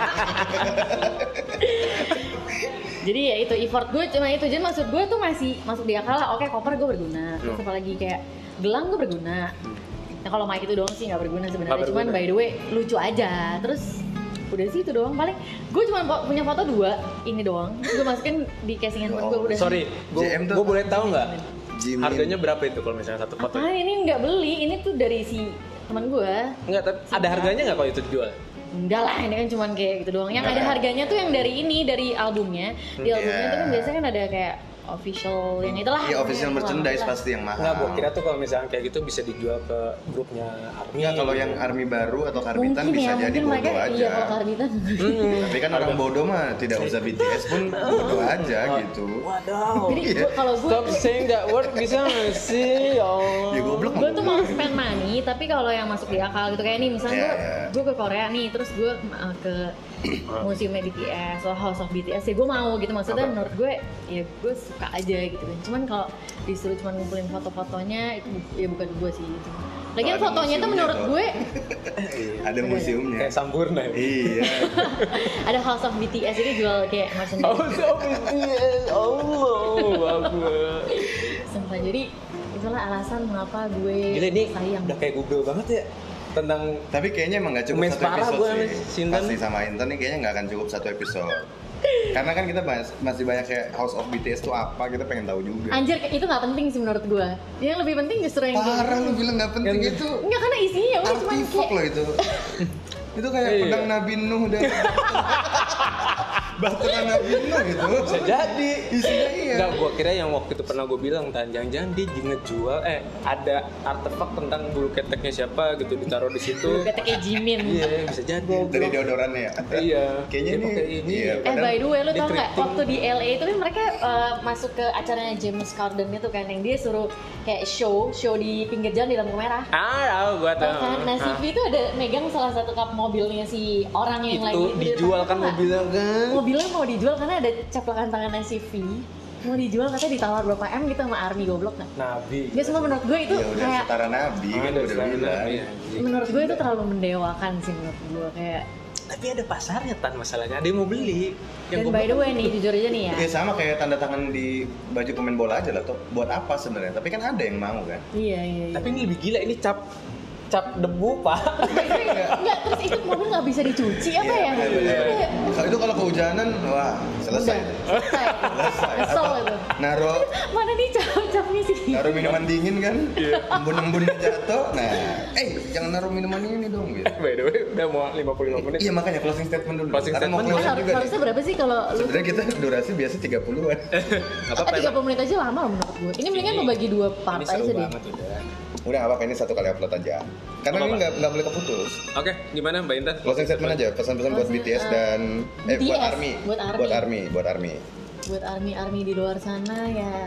Jadi ya itu effort gue cuma itu, jadi maksud gue tuh masih masuk di akal lah. Oke, koper gue berguna, terus apalagi kayak gelang gue berguna. Nah kalau mic itu doang sih nggak berguna sebenarnya, cuman by the way lucu aja. Terus udah sih itu doang, paling gue cuma punya foto 2 ini doang, gue masukin di casing handphone gue udah. Sorry, gue boleh tahu nggak harganya berapa itu kalau misalnya satu foto? Ini nggak beli, ini tuh dari si teman gue. Enggak, tapi ada harganya nggak kalau itu dijual? Enggak lah, ini kan cuman kayak gitu doang. Yang ada harganya tuh yang dari ini, dari albumnya. Di albumnya tuh kan biasanya kan ada kayak official yang itulah. Iya, official merchandise pasti yang mahal. Enggak, gua kira tuh kalau misalnya kayak gitu bisa dijual ke grupnya ARMY. Enggak, kalau yang ARMY baru atau Karbitan mungkin bisa jadi bodoh mereka, aja. Iya, kalau Karbitan. Tapi kan orang bodoh mah tidak usah BTS pun bodoh aja gitu. Waduh. Jadi kalau gue Stop saying that word, bisa nggak sih? Ya goblok. Gue tuh mau spend money, tapi kalau yang masuk di akal gitu kayak nih, misalnya gue ke Korea nih, terus gue ke museumnya BTS, House of BTS, ya gue mau gitu. Maksudnya menurut gue, ya gue suka aja gitu kan. Cuman kalau disuruh cuma ngumpulin foto-fotonya, itu ya bukan gue sih gitu. Lagian fotonya tuh menurut gue ada museumnya. Kayak Sampurna. Iya. ada House of BTS itu jual kayak merchandise. House of BTS, Allah, bagus. Sumpah, jadi itulah alasan mengapa gue Gila, ini sayang. udah kayak Google banget ya tentang. Tapi kayaknya emang nggak cukup Mes satu parah episode gue sih. sama Sinten. Pasti sama Intan nih kayaknya nggak akan cukup satu episode. Karena kan kita masih banyak kayak House of BTS itu apa, kita pengen tahu juga. Anjir, itu nggak penting sih menurut gue. Yang lebih penting justru yang Parah lu bilang nggak penting itu. Enggak, karena isinya udah cuma Artifak loh itu. Itu kayak pedang Nabi Nuh dari Bahtera Nabi Nuh gitu. Bisa jadi. Isinya iya. Enggak, gua kira yang waktu itu pernah gue bilang, jangan-jangan dia ngejual ada artefak tentang bulu keteknya siapa gitu ditaruh di situ. keteknya Jimin. Iya, bisa jadi. Dari deodorannya ya. Iya. Kayaknya Dia ini. pakai ini. Iya, By the way, lu tau nggak Dikriting. waktu di LA itu kan mereka masuk ke acaranya James Corden itu kan, yang dia suruh kayak show di pinggir jalan di lampu merah. Tahu gua tahu. Kan, nah si V itu ada megang salah satu kap mobilnya si orang yang Itu lagi dijual kan mobilnya kan. Mobilnya mau dijual karena ada caplakan tangannya si V. Mau dijual katanya ditawar berapa M gitu sama ARMY, goblok nggak? Nabi. Dia semua menurut gue itu Ya udah kayak setara Nabi kan Ada udah setara bilang. Nabi, ya. menurut gue itu terlalu mendewakan sih menurut gue kayak. Tapi ada pasarnya Tan, masalahnya ada yang mau beli. Dan by the way nih, jujur aja nih ya. Ya sama kayak tanda tangan di baju pemain bola aja lah tuh. Buat apa sebenarnya? Tapi kan ada yang mau kan. Iya. Tapi ini lebih gila, ini cap cap debu pak. Enggak, terus itu mobil nggak bisa dicuci apa ya? Kalau itu kalau kehujanan, wah selesai. Selesai. Kesel itu. Naro Mana nih cap-capnya sih? naruh minuman dingin kan, embun-embunnya jatuh. Nah, jangan naruh minuman ini dong gitu. By the way, udah mau 55 menit. Iya makanya closing statement dulu. Closing Karena mau statement. closing juga nih. Harusnya berapa sih kalau lu? Sebenarnya kita durasi biasa 30-an. Apa apa? 30 menit aja lama loh menurut gue. Ini mendingan lo bagi 2 part Ini aja seru deh. banget udah. Udah nggak apa-apa, ini satu kali upload aja. Karena Apa-apa? ini nggak boleh keputus. Oke, gimana Mbak Intan? Closing statement aja, pesan-pesan buat Closing, BTS dan buat BTS, ARMY. buat ARMY. Buat ARMY. Buat army di luar sana ya.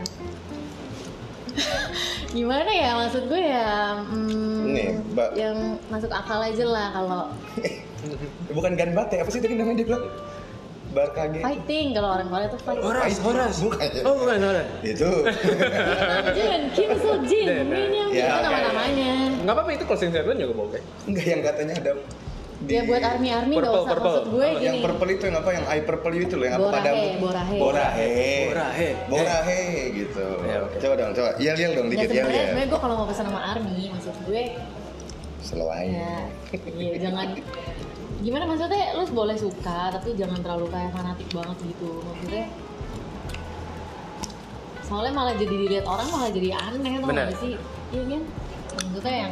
Gimana ya maksud gue ya? Nih, Mbak. Yang masuk akal aja lah kalau Bukan Ganbate, apa sih tadi namanya dia bilang? Barkage. fighting, kalau orang Korea tuh fighting. Horas. Bukan. Oh bukan Horas. Itu. Jin, Kim So Jin, ini yang Ya, itu nama-namanya. Nggak apa-apa itu closing statement juga boleh. Enggak yang katanya ada Ya buat army nggak Purple, usah purple. maksud gue Oh, gini. yang purple itu yang apa? Yang eye purple itu loh, yang apa padamu? Borahe. Borahe gitu. Ya, oke. Coba dong, coba. Yel dong Ya dikit sebenarnya gue kalau mau pesan sama army, maksud gue Slow aja. ya jangan gimana maksudnya lu boleh suka tapi jangan terlalu kayak fanatik banget gitu maksudnya. Soalnya malah jadi dilihat orang malah jadi aneh tau Bener. gak sih? Iya kan? Maksudnya yang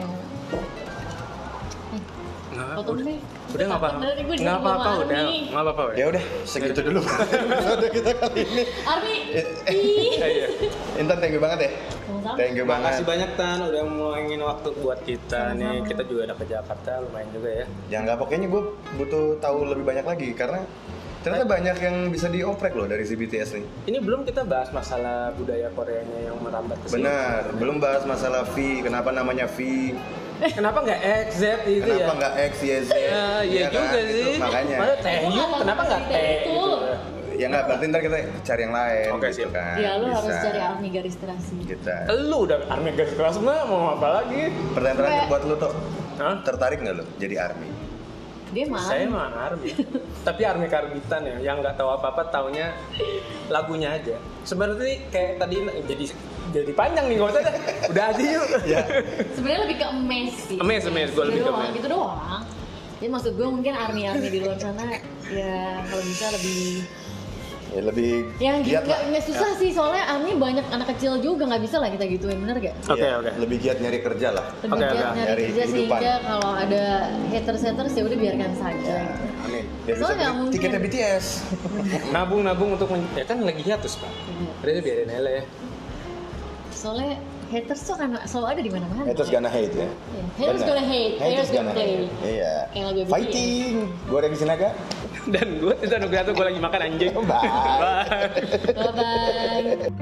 potong deh. Udah nggak apa-apa. Nggak apa-apa udah. Nggak apa-apa udah. Ya udah, segitu dulu episode kita kali ini. Army. Iya. Intan, thank you banget ya. Sama-sama. Thank you banget. Makasih banyak Tan udah meluangin waktu buat kita nih. Kita juga udah ke Jakarta lumayan juga ya. Jangan nggak pokoknya gue butuh tahu lebih banyak lagi karena ternyata banyak yang bisa dioprek loh dari si BTS nih. Ini belum kita bahas masalah budaya Koreanya yang merambat ke sini. Benar, belum bahas masalah V, kenapa namanya V, Kenapa nggak X, Z itu ya? kenapa nggak X, Y, Z. Iya kan? juga Itu sih. makanya. Malah Taehyung kenapa nggak T gitu? Ya nggak, berarti ntar kita cari yang lain Oke, gitu siap. kan. Ya lu harus Bisa. cari army garis terasi. Kita. Lu udah army garis keras mah mau apa lagi? Pertanyaan terakhir Gue- buat lu tuh. Hah? Tertarik nggak lu jadi army? Dia mah Saya mah army. Tapi army karbitan ya, yang nggak tahu apa-apa taunya lagunya aja. Sebenarnya kayak tadi jadi panjang nih, nggak usah dah. Udah aja yuk. Ya. sebenarnya lebih ke emes sih. Emes, gue lebih ke emes. Gitu doang. Jadi maksud gue mungkin army di luar sana ya kalau bisa lebih Ya lebih yang gitu giat lah. nggak susah sih soalnya army banyak anak kecil juga nggak bisa lah kita gituin bener gak? Oke, Ya, oke. Lebih giat nyari kerja lah. Lebih Oke, giat oke. nyari Nyari kerja kehidupan. sehingga kalau ada haters ya udah biarkan saja. Amin. Dia bisa Soalnya nggak beli mungkin. tiketnya BTS. Nabung untuk ya kan lagi hiatus pak. Berarti biarin aja lah ya. Soalnya haters tuh kan selalu ada di mana-mana. Haters gonna hate ya. Iya. Haters Benar. gonna hate, Haters gonna play. hate. Iya. Kayak lagu BTS. Fighting. Gue Regi Sinaga. Dan gue itu Nugraha tuh gue lagi makan anjing. Bye. Bye. Bye bye.